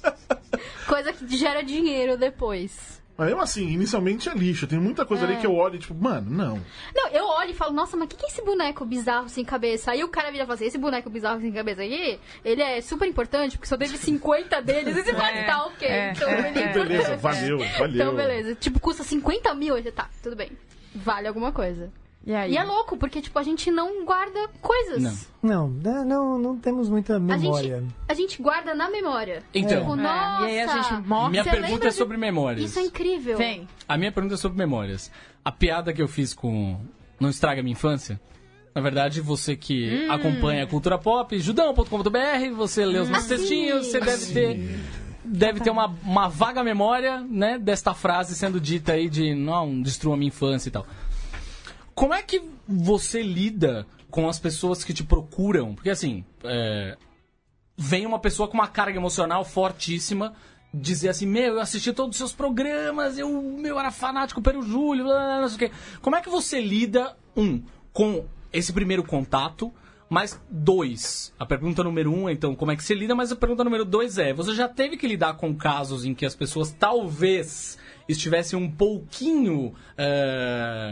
coisa que gera dinheiro depois. Mas mesmo assim, inicialmente é lixo. Tem muita coisa É. ali que eu olho e tipo, mano, não. Não, eu olho e falo, nossa, mas o que, que é esse boneco bizarro sem cabeça? Aí o cara vira e fala assim, esse boneco bizarro sem cabeça aí, ele é super importante, porque só teve cinquenta deles. E você fala, É, tá, ok. é, então é, ele é é. importante. Beleza, valeu, valeu. Então, beleza. Tipo, custa cinquenta mil, aí você tá, tudo bem. Vale alguma coisa. E aí? E é louco, porque, tipo, a gente não guarda coisas. Não. Não, né, não, não temos muita A memória. gente, a gente guarda na memória. Então, Tipo, É, nossa. e aí a gente morre. minha Você pergunta lembra é de- sobre memórias. Isso é incrível. Vem. A minha pergunta é sobre memórias. A piada que eu fiz com Não Estraga Minha Infância, na verdade, você que acompanha a cultura pop, judão ponto com ponto b r, você lê os nossos Ah, textinhos, sim. você deve ter, deve ter uma, uma vaga memória, né, desta frase sendo dita aí de não, destrua minha infância e tal. Como é que você lida com as pessoas que te procuram? Porque assim, é, vem uma pessoa com uma carga emocional fortíssima dizer assim, meu, eu assisti todos os seus programas, eu, meu, era fanático pelo Júlio, blá, blá, não sei o quê. Como é que você lida, um, com esse primeiro contato, mas dois, a pergunta número um é, então, como é que você lida, mas a pergunta número dois é, você já teve que lidar com casos em que as pessoas talvez estivessem um pouquinho é,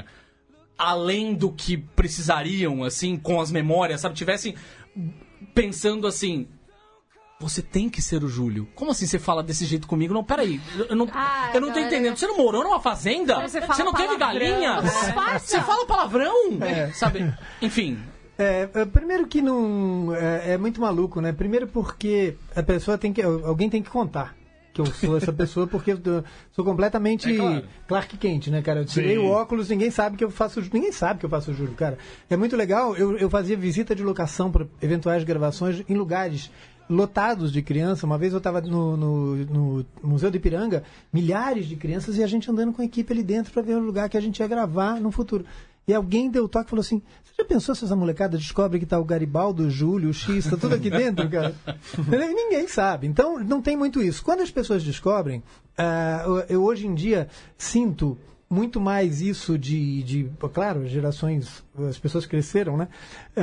além do que precisariam, assim, com as memórias, sabe, tivessem pensando assim... Você tem que ser o Júlio. Como assim você fala desse jeito comigo? Não, peraí. Eu, eu não, Ah, eu não tô galera. entendendo. Você não morou numa fazenda? Você fala não teve palavrão. galinha? Disfarça. Você fala palavrão? Sabe? Enfim. É, é, primeiro que não é, é muito maluco, né? Primeiro porque a pessoa tem que, alguém tem que contar que eu sou essa pessoa, porque eu tô- sou completamente É claro. Clark Kent, né, cara? Eu tirei Sim. o óculos, ninguém sabe que eu faço, ninguém sabe que eu faço Júlio, cara. É muito legal. Eu, eu fazia visita de locação para eventuais gravações em lugares lotados de criança. Uma vez eu estava no, no, no Museu do Ipiranga, milhares de crianças, e a gente andando com a equipe ali dentro para ver o lugar que a gente ia gravar no futuro. E alguém deu toque e falou assim, você já pensou se essa molecada descobre que tá o Garibaldo, o Júlio, o X, tá tudo aqui dentro, cara? E ninguém sabe. Então, não tem muito isso. Quando as pessoas descobrem, ah, eu, eu hoje em dia sinto muito mais isso de, de claro, gerações, as pessoas cresceram, né?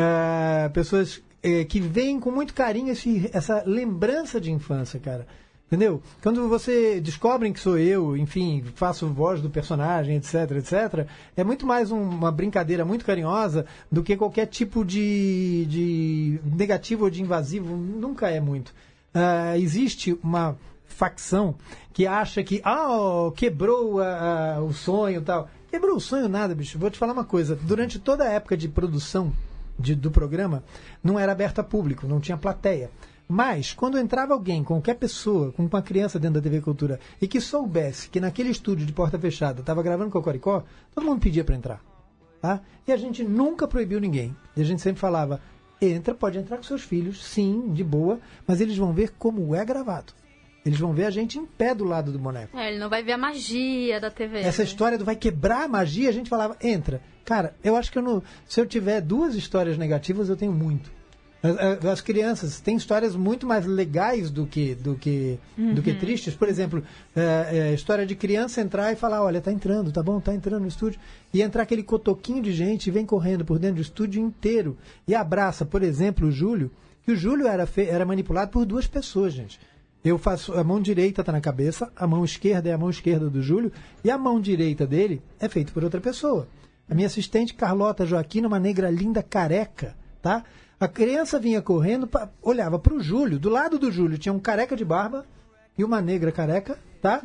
Ah, pessoas eh, que veem com muito carinho esse, essa lembrança de infância, cara. Entendeu? Quando você descobrem que sou eu, enfim, faço voz do personagem, etc, etc, é muito mais um- uma brincadeira muito carinhosa do que qualquer tipo de, de negativo ou de invasivo. Nunca é muito. Ah, existe uma facção que acha que ah, quebrou a- a- o sonho e tal. Quebrou o sonho nada, bicho. Vou te falar uma coisa. Durante toda a época de produção de- do programa, não era aberto a público, não tinha plateia. Mas, quando entrava alguém, qualquer pessoa, com uma criança dentro da T V Cultura, e que soubesse que naquele estúdio de porta fechada estava gravando Cocoricó, todo mundo pedia para entrar. Tá? E a gente nunca proibiu ninguém. E a gente sempre falava, entra, pode entrar com seus filhos, sim, de boa, mas eles vão ver como é gravado. Eles vão ver a gente em pé do lado do boneco. É, ele não vai ver a magia da T V. Essa né? história do vai quebrar a magia, a gente falava, entra. Cara, eu acho que eu não, se eu tiver duas histórias negativas, eu tenho muito. As, as- as crianças têm histórias muito mais legais do que, do que, do que tristes. Por exemplo, é, é, história de criança entrar e falar, olha, tá entrando, tá bom, tá entrando no estúdio. E entrar aquele cotoquinho de gente e vem correndo por dentro do estúdio inteiro. E abraça, por exemplo, o Júlio, que o Júlio era, fe- era manipulado por duas pessoas, gente. Eu faço, a mão direita tá na cabeça, a mão esquerda é a mão esquerda do Júlio, e a mão direita dele é feita por outra pessoa. A minha assistente, Carlota Joaquina, uma negra linda, careca, tá? A criança vinha correndo, pa- olhava pro Júlio, do lado do Júlio tinha um careca de barba e uma negra careca, tá?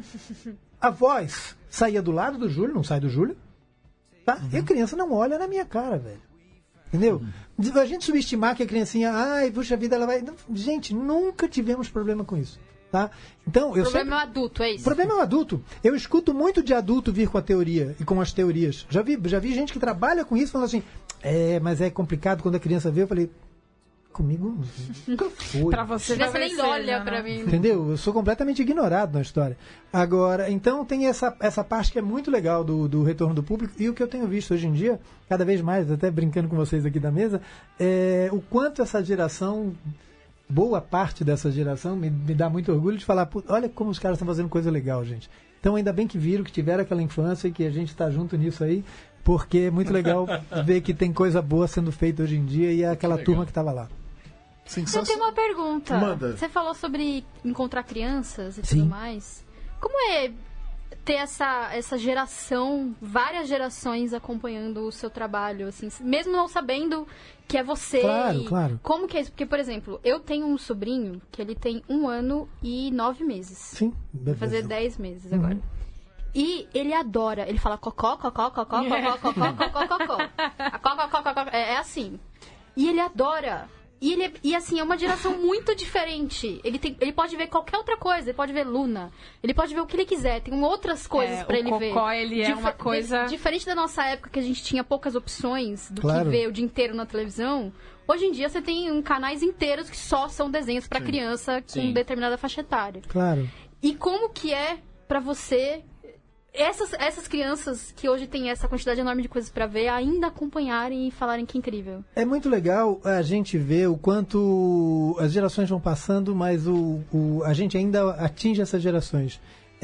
A voz saía do lado do Júlio, não sai do Júlio, tá? E a criança não olha na minha cara, velho. Entendeu? A gente subestimar que a criancinha, ai, puxa vida, ela vai... Não, gente, nunca tivemos problema com isso, tá? Então, eu O problema sempre... é o adulto, é O isso? problema é o adulto. Eu escuto muito de adulto vir com a teoria e com as teorias. Já vi, já vi gente que trabalha com isso falando assim, é, mas é complicado quando a criança vê. Eu falei, comigo nunca foi. Pra você Criança vai nem ser, olha né? pra mim. Entendeu? Eu sou completamente ignorado na história. Agora, então tem essa, essa parte que é muito legal do, do retorno do público, e o que eu tenho visto hoje em dia, cada vez mais, até brincando com vocês aqui da mesa, é o quanto essa geração boa parte dessa geração, me, me dá muito orgulho de falar, olha como os caras estão fazendo coisa legal, gente. Então ainda bem que viram, que tiveram aquela infância e que a gente está junto nisso aí, porque é muito legal ver que tem coisa boa sendo feita hoje em dia e é aquela turma que estava lá. Eu tenho uma pergunta. Manda. Você falou sobre encontrar crianças e Sim. tudo mais. Como é ter essa, essa geração, várias gerações acompanhando o seu trabalho, assim, mesmo não sabendo que é você? Claro, e claro. Como que é isso? Porque, por exemplo, eu tenho um sobrinho que ele tem um ano e nove meses. Sim, Vai fazer dez meses Uhum. agora. E ele adora, ele fala cocó, cocó, cocó, cocó, cocó, cocó, cocó, cocó. A cocó, cocó, cocó. É, é assim. E ele adora. E, ele, e assim, é uma geração muito diferente. Ele, tem, ele pode ver qualquer outra coisa. Ele pode ver Luna. Ele pode ver o que ele quiser. Tem outras coisas É, pra o ele ver. Cocó, ele é uma coisa- Diferente da nossa época, que a gente tinha poucas opções do Claro. que ver o dia inteiro na televisão. Hoje em dia você tem um, canais inteiros que só são desenhos pra criança com Sim. determinada faixa etária. Claro. E como que é pra você... Essas, essas crianças que hoje têm essa quantidade enorme de coisas pra ver, ainda acompanharem e falarem que é incrível. É muito legal a gente ver o quanto as gerações vão passando, mas o, o, a gente ainda atinge essas gerações.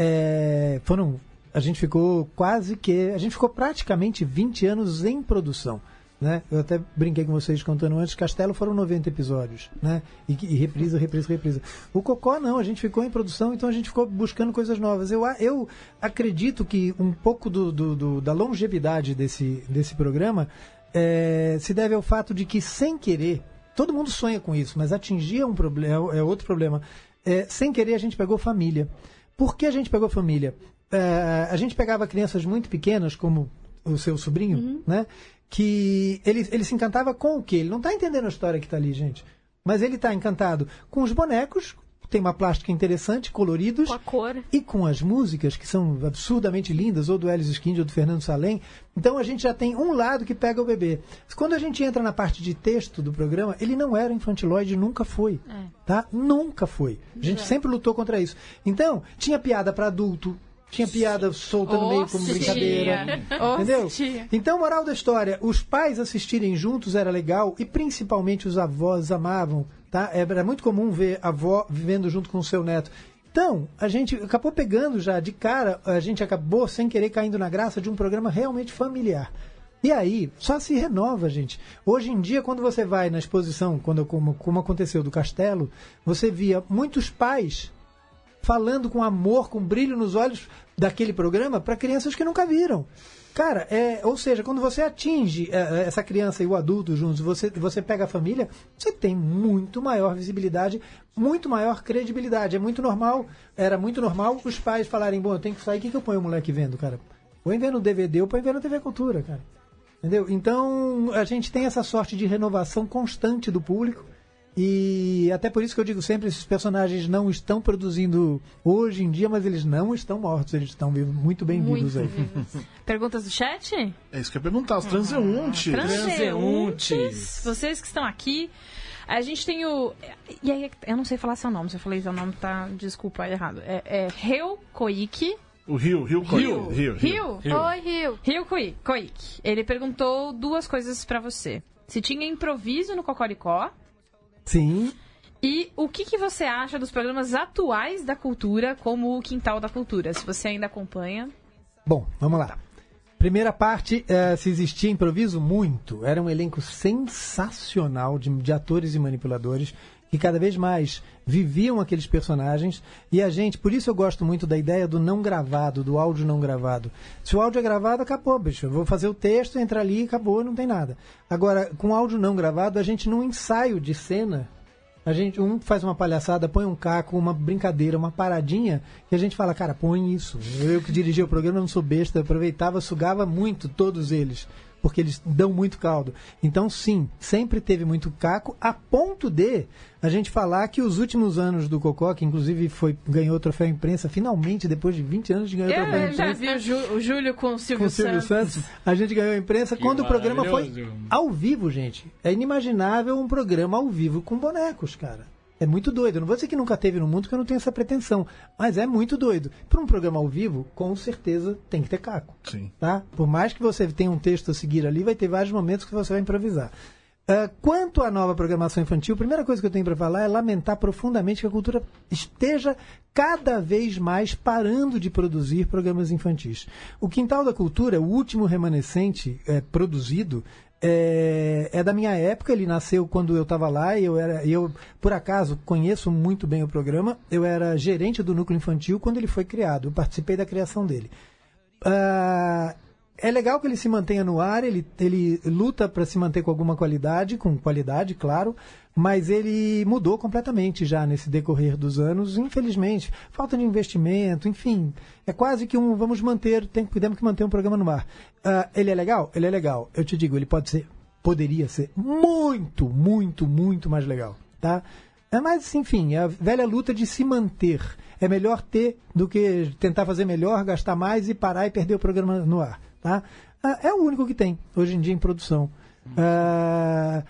É, foram, a gente ficou quase que... A gente ficou praticamente vinte anos em produção. Né? Eu até brinquei com vocês contando antes, Castelo foram noventa episódios, né? E, e reprisa, reprisa, reprisa. O Cocó não, a gente ficou em produção, então a gente ficou buscando coisas novas. Eu, eu acredito que um pouco do, do, do, da longevidade desse, desse programa é, se deve ao fato de que, sem querer, todo mundo sonha com isso, mas atingir é, um problema, é outro problema. É, sem querer, a gente pegou família. Por que a gente pegou família? É, a gente pegava crianças muito pequenas, como o seu sobrinho, Uhum. né? Que ele, ele se encantava com o quê? Ele não está entendendo a história que está ali, gente. Mas ele está encantado com os bonecos, tem uma plástica interessante, coloridos. Com a cor. E com as músicas, que são absurdamente lindas, ou do Elis Skind ou do Fernando Salem. Então a gente já tem um lado que pega o bebê. Quando a gente entra na parte de texto do programa, ele não era infantilóide, nunca foi. É. Tá? Nunca foi. A gente sempre lutou contra isso. Então, tinha piada para adulto, tinha piada solta no meio como Hostia. brincadeira. Entendeu? Hostia. Então, moral da história, os pais assistirem juntos era legal e principalmente os avós amavam, tá? Era muito comum ver a avó vivendo junto com o seu neto. Então, a gente acabou pegando já de cara, a gente acabou sem querer caindo na graça de um programa realmente familiar. E aí, só se renova, gente. Hoje em dia, quando você vai na exposição, quando, como, como aconteceu do Castelo, você via muitos pais falando com amor, com brilho nos olhos daquele programa para crianças que nunca viram. Cara, é, ou seja, quando você atinge é, essa criança e o adulto juntos, você, você pega a família, você tem muito maior visibilidade, muito maior credibilidade. É muito normal, era muito normal os pais falarem, bom, eu tenho que sair, o que, que eu ponho o moleque vendo, cara? Põe vendo no D V D ou põe vendo na T V Cultura, cara. Entendeu? Então, a gente tem essa sorte de renovação constante do público. E até por isso que eu digo sempre, esses personagens não estão produzindo hoje em dia, mas eles não estão mortos, eles estão vivos, muito bem vivos aí. Perguntas do chat? É isso que eu ia perguntar, os transeuntes. Transeuntes. Vocês que estão aqui. A gente tem o... E aí, eu não sei falar seu nome, se eu falei seu nome, tá... Desculpa, é errado. É, é Reu Koike. O Rio, Rio, Rio. Rio, Rio. Rio? Oi, Rio. Rio Koike. Koike. Ele perguntou duas coisas pra você. Se tinha improviso no Cocoricó. Sim. E o que, que você acha dos programas atuais da cultura, como o Quintal da Cultura? Se você ainda acompanha. Bom, vamos lá. Primeira parte, eh, se existia improviso, muito. Era um elenco sensacional de, de atores e manipuladores que cada vez mais viviam aqueles personagens. E a gente, por isso eu gosto muito da ideia do não gravado, do áudio não gravado. Se o áudio é gravado, acabou, bicho. Eu vou fazer o texto, entra ali, acabou, não tem nada. Agora, com áudio não gravado, a gente num ensaio de cena, a gente, um faz uma palhaçada, põe um caco, uma brincadeira, uma paradinha, que a gente fala, cara, põe isso. Eu que dirigia o programa, não sou besta, eu aproveitava, sugava muito todos eles, porque eles dão muito caldo. Então, sim, sempre teve muito caco, a ponto de a gente falar que os últimos anos do Cocó, que inclusive foi, ganhou o troféu imprensa, finalmente, depois de vinte anos de ganhar o troféu Eu imprensa. já vi o, Jú- o Júlio com o Silvio, Com o Silvio Santos. Santos, a gente ganhou a imprensa Que quando o programa foi maravilhoso. ao vivo, gente. É inimaginável um programa ao vivo com bonecos, cara. É muito doido. Eu não vou dizer que nunca teve no mundo, que eu não tenho essa pretensão. Mas é muito doido. Para um programa ao vivo, com certeza tem que ter caco. Sim. Tá? Por mais que você tenha um texto a seguir ali, vai ter vários momentos que você vai improvisar. Uh, quanto à nova programação infantil, a primeira coisa que eu tenho para falar é lamentar profundamente que a cultura esteja cada vez mais parando de produzir programas infantis. O Quintal da Cultura, o último remanescente é, produzido, é, é da minha época. Ele nasceu quando eu estava lá e eu, era, eu, por acaso, conheço muito bem o programa. Eu era gerente do núcleo infantil quando ele foi criado. Eu participei da criação dele. Uh, É legal que ele se mantenha no ar, ele, ele luta para se manter com alguma qualidade, com qualidade, claro, mas ele mudou completamente já nesse decorrer dos anos, infelizmente. Falta de investimento, enfim, é quase que um vamos manter, tem, temos que manter um programa no ar. Uh, ele é legal? Ele é legal. Eu te digo, ele pode ser, poderia ser muito, muito, muito mais legal, tá? É, mas, enfim, é a velha luta de se manter. É melhor ter do que tentar fazer melhor, gastar mais e parar e perder o programa no ar. Tá? É o único que tem hoje em dia em produção. Uh,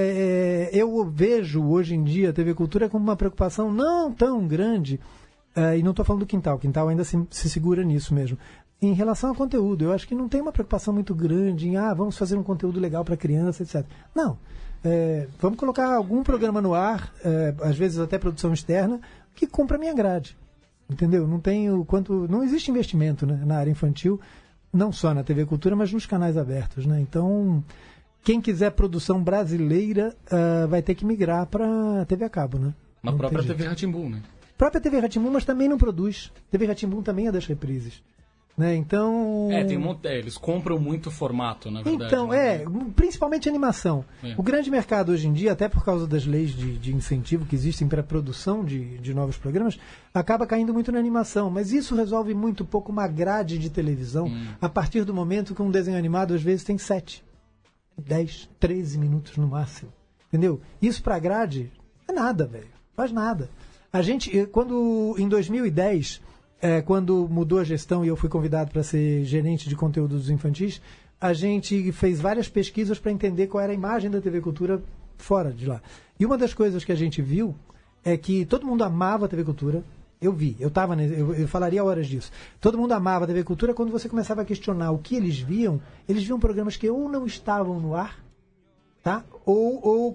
é, eu vejo hoje em dia a T V Cultura como uma preocupação não tão grande, uh, e não estou falando do Quintal, o Quintal ainda se, se segura nisso mesmo. Em relação ao conteúdo, eu acho que não tem uma preocupação muito grande em ah, vamos fazer um conteúdo legal para criança, etcétera. Não. É, vamos colocar algum programa no ar, é, às vezes até produção externa, que cumpra a minha grade. Entendeu? Não tem o quanto. Não existe investimento, né, na área infantil. Não só na T V Cultura, mas nos canais abertos, né? Então, quem quiser produção brasileira uh, vai ter que migrar para T V a cabo, né? Na própria T V Rá-Tim-Bum, né? Própria T V Rá-Tim-Bum, mas também não produz. T V Rá-Tim-Bum também é das reprises. Né? Então... É, tem um, é, eles compram muito formato, na verdade. Então, né? é, principalmente animação. É. O grande mercado hoje em dia, até por causa das leis de, de incentivo que existem para a produção de, de novos programas, acaba caindo muito na animação. Mas isso resolve muito pouco uma grade de televisão, hum. a partir do momento que um desenho animado, às vezes, tem sete, dez, treze minutos no máximo. Entendeu? Isso para a grade é nada, velho. Faz nada. A gente, quando, em dois mil e dez... É, quando mudou a gestão e eu fui convidado para ser gerente de conteúdos infantis, a gente fez várias pesquisas para entender qual era a imagem da T V Cultura fora de lá. E uma das coisas que a gente viu é que todo mundo amava a T V Cultura. Eu vi, eu, tava, eu, eu falaria horas disso. Todo mundo amava a T V Cultura. Quando você começava a questionar o que eles viam, eles viam programas que ou não estavam no ar, tá? ou, ou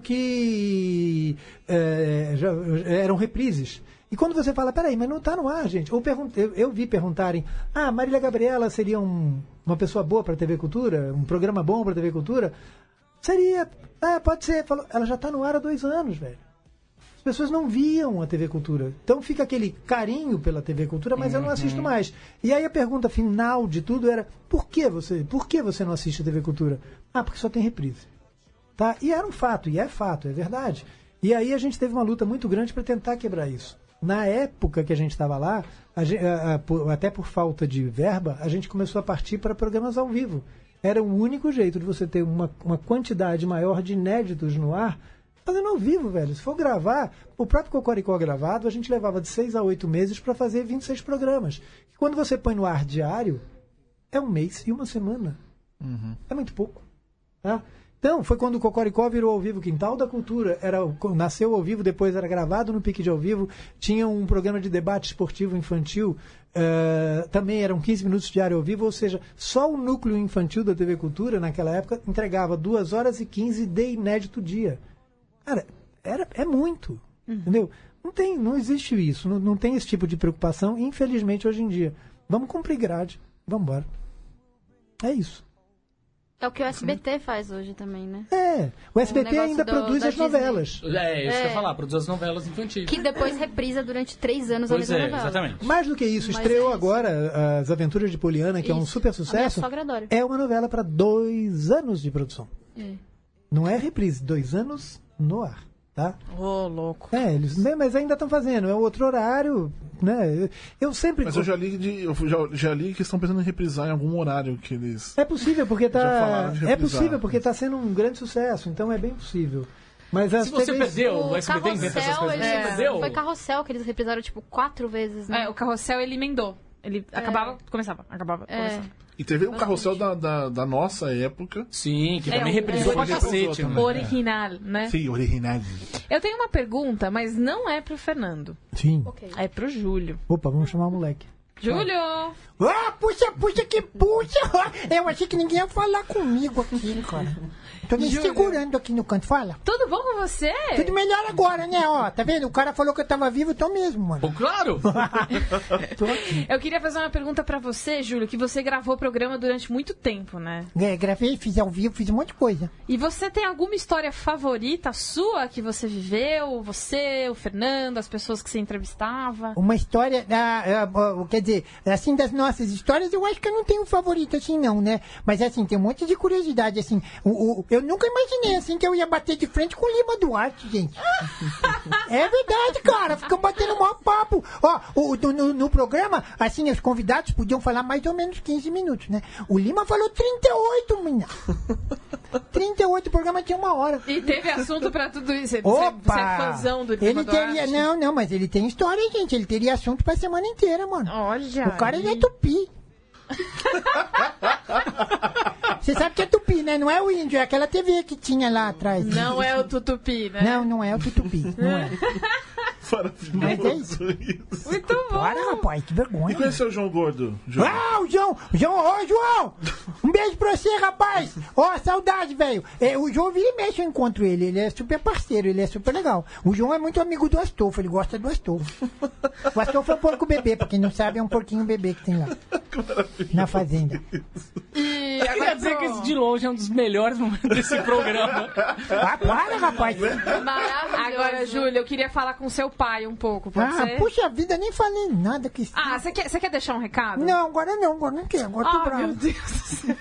que é, já, eram reprises. E quando você fala, peraí, mas não está no ar, gente. Ou eu, eu vi perguntarem, ah, Marília Gabriela seria um, uma pessoa boa para a T V Cultura? Um programa bom para a T V Cultura? Seria, ah, pode ser. Falou, ela já está no ar há dois anos, velho. As pessoas não viam a T V Cultura. Então fica aquele carinho pela T V Cultura, mas uhum. eu não assisto mais. E aí a pergunta final de tudo era, por que você, por que você não assiste a T V Cultura? Ah, porque só tem reprise. Tá? E era um fato, e é fato, é verdade. E aí a gente teve uma luta muito grande para tentar quebrar isso. Na época que a gente estava lá, a gente, a, a, por, até por falta de verba, a gente começou a partir para programas ao vivo. Era o único jeito de você ter uma, uma quantidade maior de inéditos no ar, fazendo ao vivo, velho. Se for gravar, o próprio Cocoricó gravado, a gente levava de seis a oito meses para fazer vinte e seis programas. E quando você põe no ar diário, é um mês e uma semana. Uhum. É muito pouco. Tá? Então, foi quando o Cocoricó virou ao vivo. Quintal da Cultura era, nasceu ao vivo, depois era gravado no Pique de Ao Vivo. Tinha um programa de debate esportivo infantil, uh, também eram quinze minutos diário ao vivo, ou seja, só o núcleo infantil da T V Cultura, naquela época, entregava duas horas e quinze de inédito dia. Cara, era, é muito, uhum. entendeu? Não tem, não existe isso, não, não tem esse tipo de preocupação, infelizmente, hoje em dia. Vamos cumprir grade, vamos embora. É isso. É o que o S B T faz hoje também, né? É, o S B T ainda do, produz as Disney. Novelas. É, isso é. que eu ia falar, produz as novelas infantis. Que depois reprisa durante três anos pois a mesma é, novela. Exatamente. Mais do que isso, Mas estreou é isso. agora As Aventuras de Poliana, que isso. é um super sucesso. A minha sogra adora. É uma novela para dois anos de produção. É. Não é reprise, dois anos no ar. Tá? Ô, oh, louco. É, eles, mas ainda estão fazendo, é outro horário, né? Eu sempre... Mas eu já li, de, eu já, já li que estão pensando em reprisar em algum horário que eles... É possível, porque tá... É possível, porque está sendo um grande sucesso, então é bem possível. Mas Se você T Vs... perdeu, o, o S B T inventa essas coisas. Ele... É. Perdeu? Foi Carrossel que eles reprisaram, tipo, quatro vezes, né? É, o Carrossel ele emendou. Ele é. acabava, começava, acabava, é. começava. E teve o Carrossel da, da, da nossa época. Sim, que é, também um, reprisou é, pra cacete. Né? Original, né? Sim, original. Eu tenho uma pergunta, mas não é pro Fernando. Sim. Okay. É pro Júlio. Opa, vamos chamar o moleque. Júlio! Ah, puxa, puxa, que puxa! Eu achei que ninguém ia falar comigo aqui, cara. Tô me Júlio. segurando aqui no canto. Fala. Tudo bom com você? Tudo melhor agora, né? Ó, tá vendo? O cara falou que eu tava vivo, eu tô mesmo, mano. Pô, claro! Tô aqui. Eu queria fazer uma pergunta pra você, Júlio, que você gravou o programa durante muito tempo, né? É, gravei, fiz ao vivo, fiz um monte de coisa. E você tem alguma história favorita sua que você viveu? Você, o Fernando, as pessoas que você entrevistava? Uma história, ah, ah, ah, quer dizer, assim, das nossas histórias, eu acho que eu não tenho um favorito assim, não, né? Mas, assim, tem um monte de curiosidade, assim. O, o, eu nunca imaginei, assim, que eu ia bater de frente com o Lima Duarte, gente. É verdade, cara. Ficam batendo o maior papo. Ó, o, no, no programa, assim, os convidados podiam falar mais ou menos quinze minutos, né? O Lima falou trinta e oito, menina. trinta e oito, o programa tinha uma hora. E teve assunto pra tudo isso. Você, Opa! você é fãzão do Lima Ele teria, Duarte? não, não, mas ele tem história, gente. Ele teria assunto pra semana inteira, mano. Olha. O cara, ele é tupi. Você sabe que é tupi, né? Não é o índio, é aquela T V que tinha lá atrás. Não é o Tutupi, né? Não, não é o tutupi. Não é. Mas é isso. isso. Muito bom. Para, rapaz, que E vergonha. conheceu o João Gordo? João? Ah, o João! O João, ô João! Um beijo pra você, rapaz! Ó, saudade, velho! É, o João vira e mexe, eu encontro ele. Ele é super parceiro, ele é super legal. O João é muito amigo do Astolfo, ele gosta do Astolfo. O Astolfo é um porco bebê, pra quem não sabe, é um porquinho bebê que tem lá. Na fazenda. E Quer agora, dizer que esse de longe é um dos melhores momentos desse programa. Ah, para, rapaz! maravilhoso. Agora, Júlio, eu queria falar com seu pai um pouco, pode Ah, ser? puxa vida, nem falei nada que... Ah, você quer, você quer deixar um recado? Não, agora não, agora não quero, agora tô Ah, bravo. meu Deus do céu.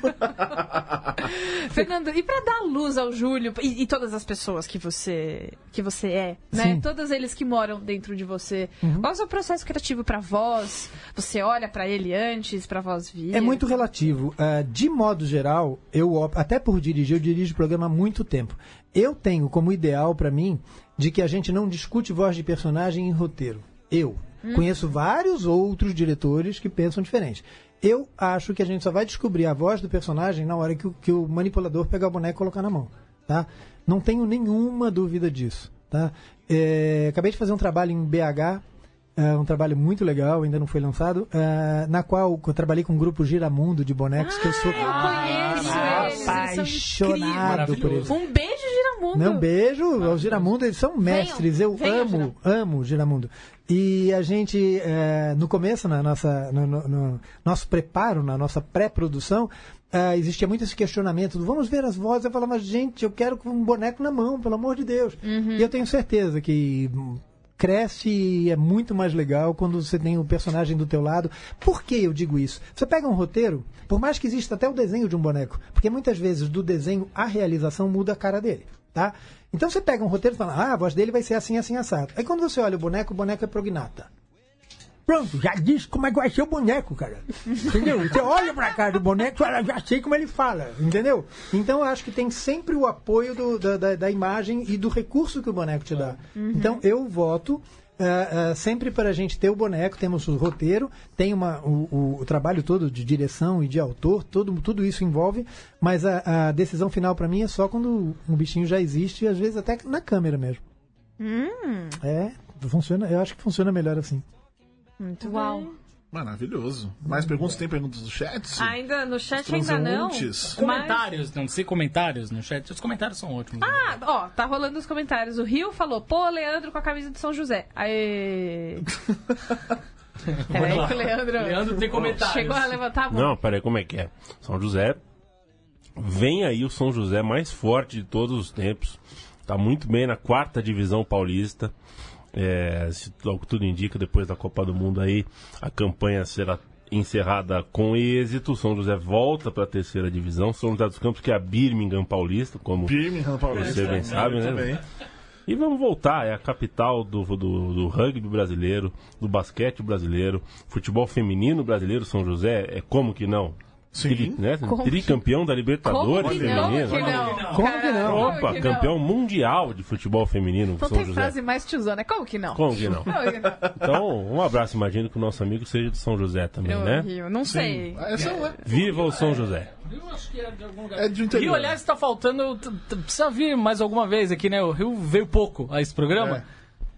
Fernando, e pra dar luz ao Júlio e, e todas as pessoas que você, que você é, né? Sim. Todos eles que moram dentro de você, qual é o seu processo criativo pra voz? Você olha pra ele antes, pra voz vir? É muito relativo. Uh, de modo geral, eu op- até por dirigir, eu dirijo o programa há muito tempo. Eu tenho como ideal pra mim de que a gente não discute voz de personagem em roteiro. Eu conheço vários outros diretores que pensam diferente. Eu acho que a gente só vai descobrir a voz do personagem na hora que o, que o manipulador pegar o boneco e colocar na mão. Tá? Não tenho nenhuma dúvida disso. Tá? É, acabei de fazer um trabalho em B H, uh, um trabalho muito legal, ainda não foi lançado, uh, na qual eu trabalhei com um grupo Giramundo de bonecos, que eu sou Eu conheço eles, eles são apaixonado por eles. incríveis. Um beijo, Giramundo. Não, beijo aos Giramundo, eles são mestres, eu venham, amo, Giramundo. amo Giramundo. E a gente, eh, no começo, na nossa, no, no- no nosso preparo, na nossa pré-produção, eh, existia muito esse questionamento do vamos ver as vozes. Eu falava, mas gente, eu quero com um boneco na mão, pelo amor de Deus. E eu tenho certeza que hum, cresce e é muito mais legal quando você tem o personagem do teu lado. Por que eu digo isso? Você pega um roteiro, por mais que exista até o desenho de um boneco, porque muitas vezes do desenho a realização muda a cara dele, tá? Então você pega um roteiro e fala, ah, a voz dele vai ser assim, assim, assado. Aí quando você olha o boneco, o boneco é prognata. Pronto, já disse como é que vai ser o boneco, cara. Entendeu? Você olha pra cara do boneco e fala, já sei como ele fala, entendeu? Então eu acho que tem sempre o apoio do- da, da- da imagem e do recurso que o boneco te dá. Então eu voto ah, ah, sempre para a gente ter o boneco, temos o roteiro, tem uma, o, o- o trabalho todo de direção e de autor, todo, tudo isso envolve, mas a, a decisão final para mim é só quando o bichinho já existe e às vezes até na câmera mesmo. É, funciona, eu acho que funciona melhor assim. Muito Uau. Maravilhoso. Mais perguntas? Tem perguntas do chat? Ainda no chat Os ainda não. transeuntes. Mas... Comentários, não sei comentários no chat. Os comentários são ótimos. Ah, ó, tá rolando os comentários. O Rio falou, pô, Leandro com a camisa de São José. Aê. Peraí que o Leandro, Leandro tem comentários. chegou a levantar a mão. Não, peraí, como é que é? São José. Vem aí o São José mais forte de todos os tempos. Tá muito bem na quarta divisão paulista. É, se logo tudo indica, depois da Copa do Mundo aí, a campanha será encerrada com êxito. O São José volta para a terceira divisão. São José dos Campos, que é a Birmingham paulista, como Birmingham Paulista. você bem sabe, Muito né? bem. E vamos voltar, é a capital do, do, do rugby brasileiro, do basquete brasileiro, futebol feminino brasileiro. São José, é como que não? Sim. Tri, né? Como Tricampeão da Libertadores Como que não? feminino. Que não? Como que não? Como Opa, que campeão mundial de futebol feminino, Não São tem José. frase mais tiozona. Como que não? Como que não? Como que não? Então, um abraço, imagino que o nosso amigo seja de São José também, Eu, né? Rio, não sei. Ah, essa é, Viva o São José! Eu acho que é de algum lugar. é de interior. Rio, aliás, tá faltando. t- t- Precisa vir mais alguma vez aqui, né? O Rio veio pouco a esse programa. É.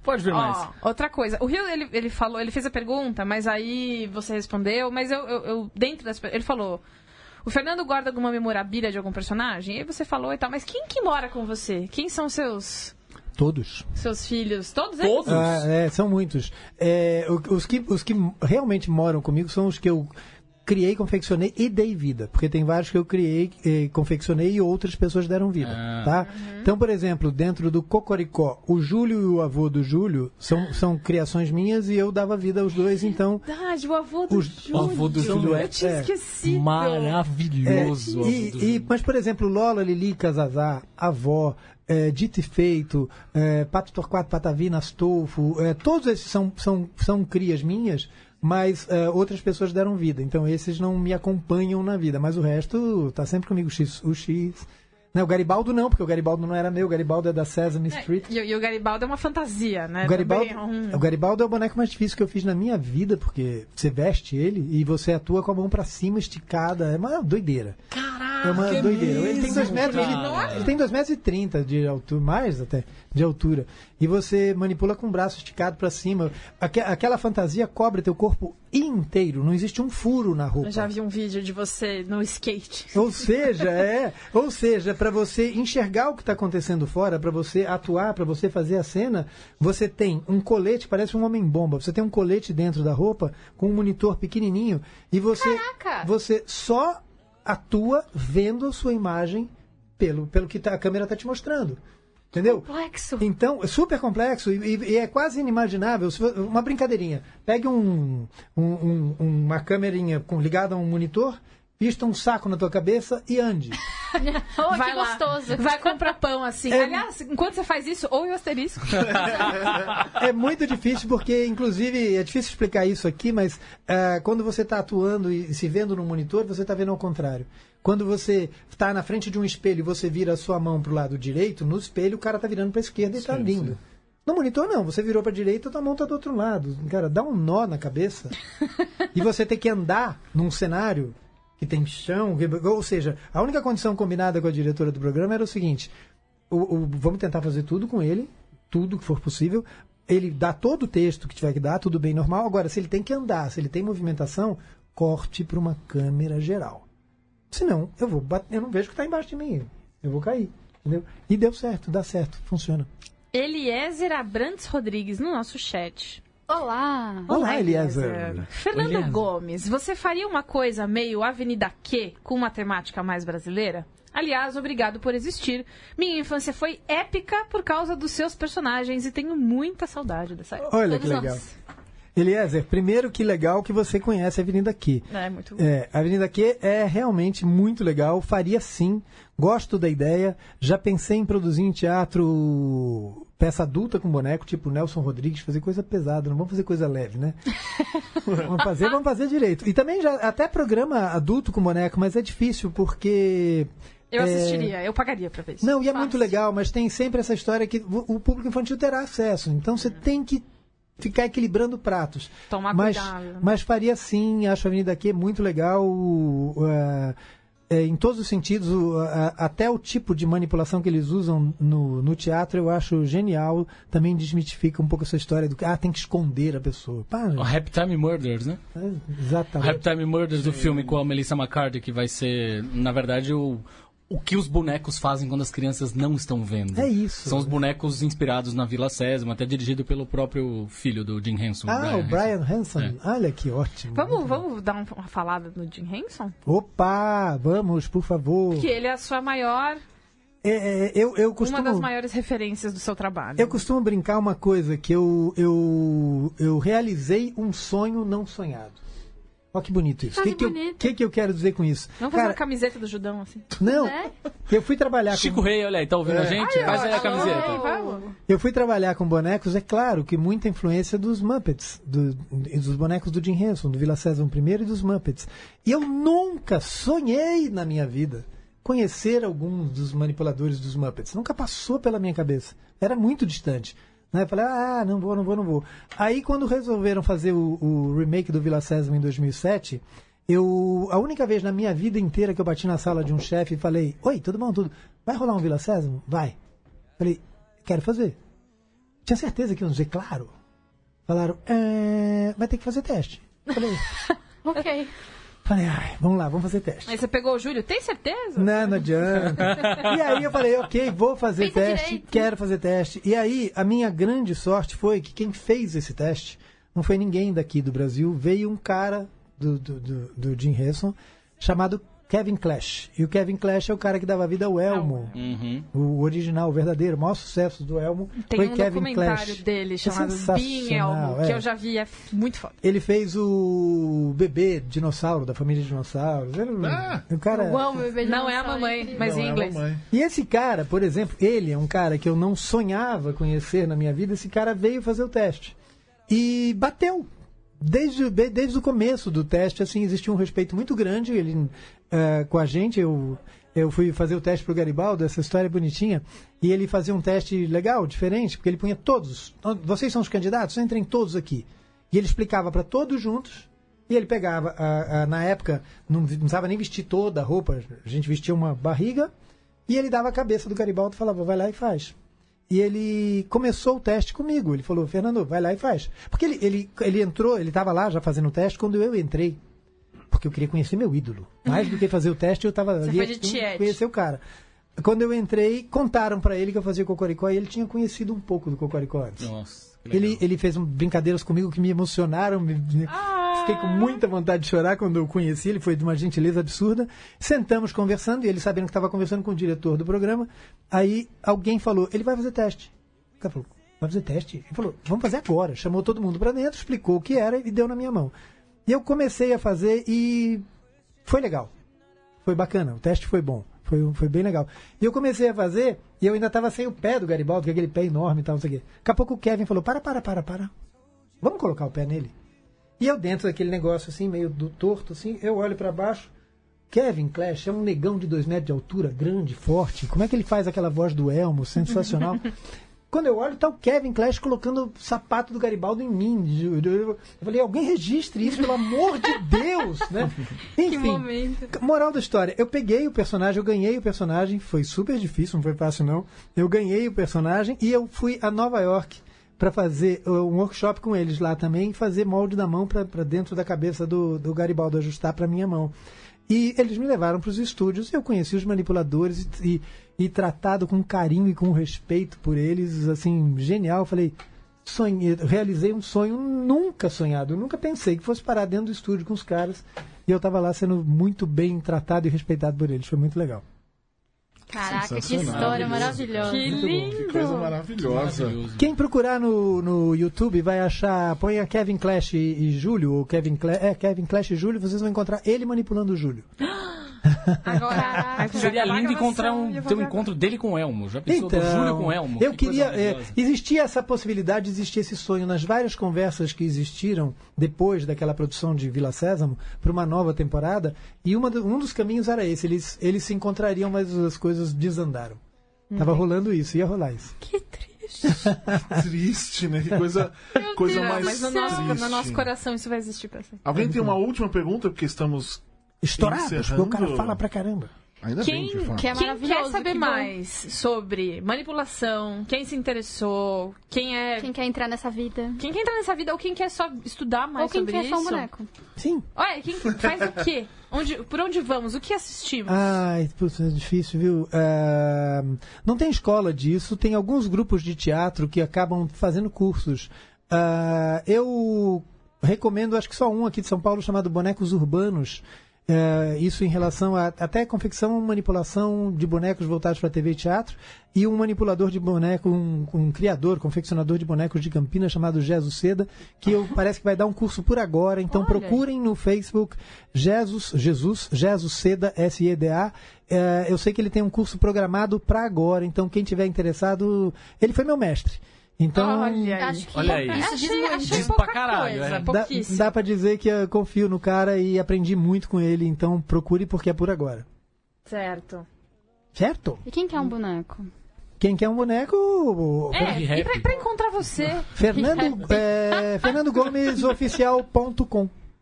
Pode vir mais. Ó, outra coisa. O Rio, ele, ele falou, ele fez a pergunta, mas aí você respondeu, mas eu, eu, eu dentro das... Ele falou, o Fernando guarda alguma memorabilia de algum personagem? E aí você falou e tal, mas quem que mora com você? Quem são seus... Todos. Seus filhos? Todos eles? Todos? Ah, é, são muitos. É, o- os, que, os que realmente moram comigo são os que eu criei, confeccionei e dei vida. Porque tem vários que eu criei, eh, confeccionei e outras pessoas deram vida. Ah. Tá? Então, por exemplo, dentro do Cocoricó, o Júlio e o avô do Júlio são, são criações minhas e eu dava vida aos dois, então... Verdade, o avô do Os- Júlio. o avô do Júlio é- Eu tinha é. esquecido. Maravilhoso. É, o e- avô do e- Júlio. mas, por exemplo, Lola, Lili, Casazá, Avó, é, Dito e Feito, é, Pato Torquato, Patavina, Astolfo, é, todos esses são, são, são crias minhas, mas é, outras pessoas deram vida. Então esses não me acompanham na vida, mas o resto tá sempre comigo. O X, o X. Né, o Garibaldo não, porque o Garibaldo não era meu, o Garibaldo é da Sesame Street. E, e o Garibaldo é uma fantasia, né? O Garibaldo, Também é um- o Garibaldo é o boneco mais difícil que eu fiz na minha vida, porque você veste ele e você atua com a mão pra cima esticada. É uma doideira. Caraca! É uma é doideira. Ele tem dois mesmo, metros, ele, cara. ele tem dois metros e trinta de altura, mais até, de altura. E você manipula com o braço esticado pra cima. Aque- aquela fantasia cobre teu corpo inteiro. Não existe um furo na roupa. Eu já vi um vídeo de você no skate. Ou seja, é, ou seja, para você enxergar o que está acontecendo fora, para você atuar, para você fazer a cena, você tem um colete, parece um homem-bomba. Você tem um colete dentro da roupa com um monitor pequenininho e você, Caraca! você só atua vendo a sua imagem pelo, pelo que tá- a câmera está te mostrando. Entendeu? Complexo. Então, é super complexo e, e- e é quase inimaginável. Se vo- Uma brincadeirinha. Pegue um, um- um- uma câmerinha com, ligada a um monitor, vista um saco na tua cabeça e ande. Oh, Vai que lá, gostoso. vai comprar pão assim. É- Aliás, enquanto você faz isso, ouve o asterisco. É muito difícil porque, inclusive, é difícil explicar isso aqui, mas ah, quando você está atuando e se vendo no monitor, você está vendo ao contrário. Quando você está na frente de um espelho e você vira a sua mão para o lado direito, no espelho o cara está virando para a esquerda e está lindo. No monitor não, você virou para a direita e tua mão está do outro lado. Cara, dá um nó na cabeça. E você tem que andar num cenário que tem chão, que- ou seja, a única condição combinada com a diretora do programa era o seguinte: o- o- vamos tentar fazer tudo com ele, tudo que for possível. Ele dá todo o texto que tiver que dar, tudo bem normal. Agora, se ele tem que andar, se ele tem movimentação, corte para uma câmera geral. Senão, eu vou bater, eu não vejo o que está embaixo de mim. Eu vou cair. Entendeu? E deu certo, dá certo, funciona. Eliezer Abrantes Rodrigues no nosso chat. Olá. Olá, Eliezer. Fernando Eliezer. Gomes, você faria uma coisa meio Avenida Q com uma temática mais brasileira? Aliás, obrigado por existir. Minha infância foi épica por causa dos seus personagens e tenho muita saudade dessa época. Olha que Todos legal. nós. Eliezer, primeiro que legal que você conhece a Avenida Q. É, muito bom. É, a Avenida Q é realmente muito legal, faria sim, gosto da ideia, já pensei em produzir em teatro peça adulta com boneco, tipo Nelson Rodrigues, fazer coisa pesada, não vamos fazer coisa leve, né? Vamos fazer, vamos fazer direito. E também já até programa adulto com boneco, mas é difícil porque... Eu é, assistiria, eu pagaria pra ver isso. Não, e é Fácil. muito legal, mas tem sempre essa história que o o público infantil terá acesso, então você tem que ficar equilibrando pratos. Tomar mas, cuidado, né? mas faria sim, acho a Avenida aqui muito legal, uh, é, em todos os sentidos, o- a- até o tipo de manipulação que eles usam no, no teatro eu acho genial, também desmitifica um pouco essa história do que, ah, tem que esconder a pessoa. Pá, O Happy Time Murders, né? é, O exatamente. Happy Time Murders do filme com a Melissa McCarthy, que vai ser, na verdade, o, o que os bonecos fazem quando as crianças não estão vendo. É isso. São os bonecos inspirados na Vila Sésamo, até dirigido pelo próprio filho do Jim Henson. Ah, o Brian Hanson. É. Olha que ótimo. Vamos, vamos dar um- uma falada no Jim Henson? Opa, vamos, por favor. Que ele é a sua maior, É, é, eu, eu costumo... uma das maiores referências do seu trabalho. Eu costumo brincar uma coisa, que eu, eu, eu realizei um sonho não sonhado. Olha que bonito isso. O Ah, que, que que, eu, bonito. que, que eu quero dizer com isso? Vamos fazer Cara, uma camiseta do Judão, assim. não, Né? eu fui trabalhar Chico com... Rei, olha aí, tá ouvindo a gente? Faz aí a camiseta. Ei, vamos. Eu fui trabalhar com bonecos, é claro, que muita influência dos Muppets, do, dos bonecos do Jim Henson, do Vila Sésamo primeiro e dos Muppets. E eu nunca sonhei na minha vida conhecer alguns dos manipuladores dos Muppets. Nunca passou pela minha cabeça. Era muito distante. Né? Eu falei, ah, não vou, não vou, não vou. Aí, quando resolveram fazer o, o remake do Vila Sésamo em dois mil e sete, eu, a única vez na minha vida inteira que eu bati na sala de um chefe e falei, oi, tudo bom, tudo? Vai rolar um Vila Sésamo? Vai. Falei, quero fazer. tinha certeza que iam dizer claro. Falaram, é, vai ter que fazer teste. Falei, Ok. falei, ai, vamos lá, vamos fazer teste. Aí você pegou o Júlio, tem certeza? Não, não adianta. E aí eu falei, ok, vou fazer Pensa teste, direito. quero fazer teste. E aí a minha grande sorte foi que quem fez esse teste não foi ninguém daqui do Brasil, veio um cara do, do, do, do Jim Henson chamado Kevin Clash. E o Kevin Clash é o cara que dava vida ao Elmo. Uhum. O original, o verdadeiro, o maior sucesso do Elmo Tem foi um Kevin documentário Clash. dele É chamado Being sensacional, Elmo, que é. eu já vi, é f- muito foda. Ele fez o bebê dinossauro, da família de dinossauros. Ele, Ah, o cara... Eu amo bebê de Não é a dinossauro, mamãe, incrível. mas não, em é a inglês. mamãe. E esse cara, por exemplo, ele é um cara que eu não sonhava conhecer na minha vida. Esse cara veio fazer o teste. E bateu. Desde, o- de- desde o começo do teste, assim, existia um respeito muito grande ele, eh, com a gente. Eu, eu fui fazer o teste pro Garibaldo, essa história é bonitinha. E ele fazia um teste legal, diferente, porque ele punha todos. Vocês são os candidatos, entrem todos aqui. E ele explicava para todos juntos. E ele pegava, a- a- na época, não, não precisava nem vestir toda a roupa, a gente vestia uma barriga. E ele dava a cabeça do Garibaldo e falava, vai lá e faz. E ele começou o teste comigo. Ele falou, Fernando, vai lá e faz. Porque ele, ele, ele entrou, ele estava lá já fazendo o teste quando eu entrei. Porque eu queria conhecer meu ídolo. Mais do que fazer o teste, eu estava ali foi de tiete. conhecer o cara. Quando eu entrei, contaram para ele que eu fazia Cocoricó e ele tinha conhecido um pouco do Cocoricó antes. Nossa, que legal. Ele, ele fez um- brincadeiras comigo que me emocionaram. Me, me- Fiquei com muita vontade de chorar quando eu conheci. Ele foi de uma gentileza absurda. Sentamos conversando e ele sabendo que estava conversando com o diretor do programa. Aí alguém falou, ele vai fazer teste. O cara falou, vai fazer teste? Ele falou, vamos fazer agora. Chamou todo mundo para dentro, explicou o que era e deu na minha mão. E eu comecei a fazer e foi legal. Foi bacana, o teste foi bom. Foi, foi bem legal. E eu comecei a fazer e eu ainda estava sem o pé do Garibaldo, que é aquele pé enorme e tal, não sei o quê. Daqui a pouco o Kevin falou, para, para, para, para. Vamos colocar o pé nele. E eu dentro daquele negócio assim, meio do torto, assim, eu olho para baixo. Kevin Clash é um negão de dois metros de altura, grande, forte. Como é que ele faz aquela voz do Elmo? Sensacional. Quando eu olho, tá o Kevin Clash colocando o sapato do Garibaldo em mim. Eu falei, alguém registre isso, pelo amor de Deus, né? Enfim, momento. moral da história. Eu peguei o personagem, eu ganhei o personagem. Foi super difícil, não foi fácil não. Eu ganhei o personagem e eu fui a Nova York para fazer uh, um workshop com eles lá também, fazer molde da mão para dentro da cabeça do, do Garibaldo, ajustar para minha mão. E eles me levaram para os estúdios, eu conheci os manipuladores e, e, e tratado com carinho e com respeito por eles, assim, genial. Eu falei, sonhei, realizei um sonho nunca sonhado, eu nunca pensei que fosse parar dentro do estúdio com os caras. E eu estava lá sendo muito bem tratado e respeitado por eles, foi muito legal. Caraca, que Sensacional. história maravilhosa. Que Que lindo! coisa maravilhosa. Maravilhoso. Quem procurar no, no YouTube vai achar, põe a Kevin Clash e, e Júlio, ou Kevin Clash, é, Kevin Clash e Júlio, vocês vão encontrar ele manipulando o Júlio. Agora, aí vai Seria acabar a lindo encontrar gravação um, e eu vou ter um ver encontro dele com o Elmo. Já pensou Então, do Júlio com o Elmo? eu Que coisa queria, é, maravilhosa. existia essa possibilidade, existia esse sonho nas várias conversas que existiram depois daquela produção de Vila Sésamo para uma nova temporada, e uma do- um dos caminhos era esse, eles, eles se encontrariam, mas as coisas desandaram. Tava rolando isso, ia rolar isso. Que triste. Triste, né? Que coisa, coisa Não, mais mas no nosso, triste. no nosso coração isso vai existir pra sempre. Alguém tem uma última pergunta, porque estamos... Estourados, porque o cara Encerrando. fala pra caramba. Ainda bem, Quem, de fato. que é quem maravilhoso, quer saber que bom. mais sobre manipulação, quem se interessou, quem é... Quem quer entrar nessa vida? Quem quer entrar nessa vida ou quem quer só estudar mais Ou quem sobre quer isso? só um boneco? Sim. Olha, quem faz o quê? Onde, por onde vamos? O que assistimos? Ai, putz, é difícil, viu? Ah, não tem escola disso, tem alguns grupos de teatro que acabam fazendo cursos. Ah, eu recomendo, acho que só um aqui de São Paulo, chamado Bonecos Urbanos. É, isso em relação a até confecção e manipulação de bonecos voltados para T V e teatro, e um manipulador de boneco, um, um criador, confeccionador de bonecos de Campinas chamado Jesus Seda, que eu, parece que vai dar um curso por agora, então Olha. procurem no Facebook Jesus, Jesus, Jesus Seda, S E D A. É, eu sei que ele tem um curso programado para agora, então quem tiver interessado, ele foi meu mestre. Então, Olha aí. Acho que Olha aí. isso diz Achei, muito. achei Diz pouca pra caralho, coisa, é. dá, pouquíssimo. dá para dizer que eu confio no cara e aprendi muito com ele, então procure porque é por agora. Certo. Certo? E quem quer um boneco? Quem quer um boneco? É, e pra, pra encontrar você, Fernando, é, Fernando Gomes Oficial ponto com.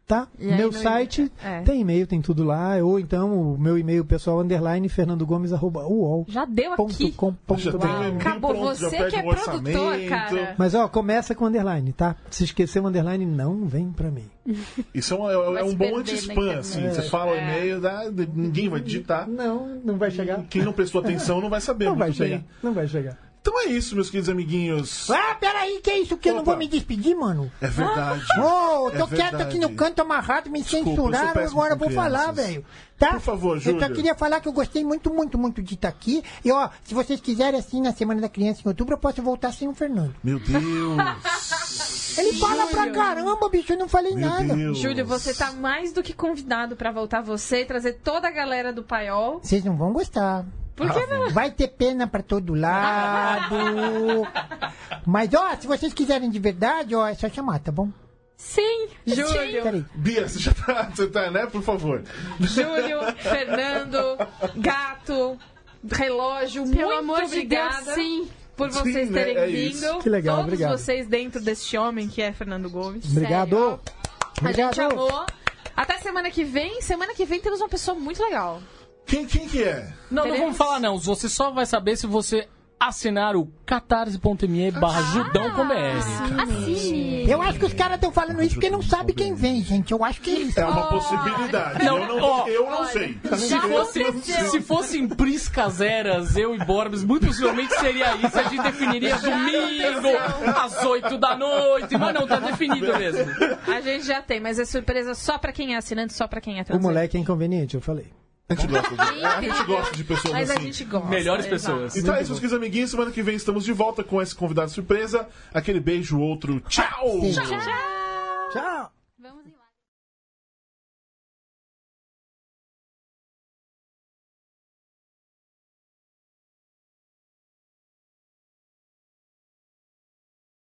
tá? E aí Meu no site e- é. tem e-mail, tem tudo lá. Ou então o meu e-mail pessoal, underline, fernandogomes, arroba, uol. Já deu aqui. Ponto com, ponto Já br. tem um e-mail Acabou, pronto, já você pede que é um orçamento. produtor, cara. Mas ó, começa com underline, tá? Se esquecer o underline, não vem pra mim. Isso é um, é, Vai é um se bom perder anti-spam, na assim. internet. Você fala o É. e-mail, dá- ninguém vai digitar. Não, não vai chegar. Quem não prestou atenção não vai saber. Não vai Muito chegar. bem. Não vai chegar. Então é isso, meus queridos amiguinhos. Ah, peraí, que é isso que eu não Opa. vou me despedir, mano? É verdade. Ô, É tô quieto verdade. aqui no canto amarrado, me Desculpa, eu sou censuraram, péssimo agora eu com vou falar, crianças. velho. Tá? Por favor, Eu só Júlio. queria falar que eu gostei muito, muito, muito de estar aqui. E ó, se vocês quiserem, assim, na Semana da Criança em outubro, eu posso voltar sem o Fernando. Meu Deus. Ele fala pra caramba, bicho, eu não falei Meu nada. Deus. Júlio, você tá mais do que convidado pra voltar você e trazer toda a galera do Paiol. Vocês não vão gostar. Por que não? Vai ter pena pra todo lado. Mas, ó, se vocês quiserem de verdade, ó, é só chamar, tá bom? Sim, Júlio. Peraí. Bia, você já tá, você tá, né? Por favor. Júlio, Fernando, Gato, Relógio, Pelo muito amor de obrigada Deus, sim. por Sim, vocês né? terem É vindo. isso. Que legal, Todos obrigado. vocês dentro deste homem que é Fernando Gomes. Obrigado. Sério? A gente Obrigado. amou. Até semana que vem. Semana que vem temos uma pessoa muito legal. Quem, quem que é? Não, não Teremos- vamos falar não. Você só vai saber se você assinar o catarse.me barra judão com br. Assine. Eu acho que os caras estão falando isso porque não sabem quem vem, gente. Eu acho que é isso. É uma possibilidade. Não, eu não, ó, eu não sei. Se fosse, se fosse em Priscas Eras, eu e Borbs, muito possivelmente seria isso. A gente definiria domingo, às oito da noite. Mas não, tá definido mesmo. A gente já tem, mas é surpresa só pra quem é assinante, só pra quem é O transeiro. moleque é inconveniente, eu falei. A gente gosta de, a gente gosta de pessoas Mas a assim. gente gosta. Melhores exato. pessoas. Então é isso, meus queridos amiguinhos. Semana que vem estamos de volta com esse convidado surpresa. Aquele beijo, outro. Tchau! Tchau. Tchau! Vamos embora.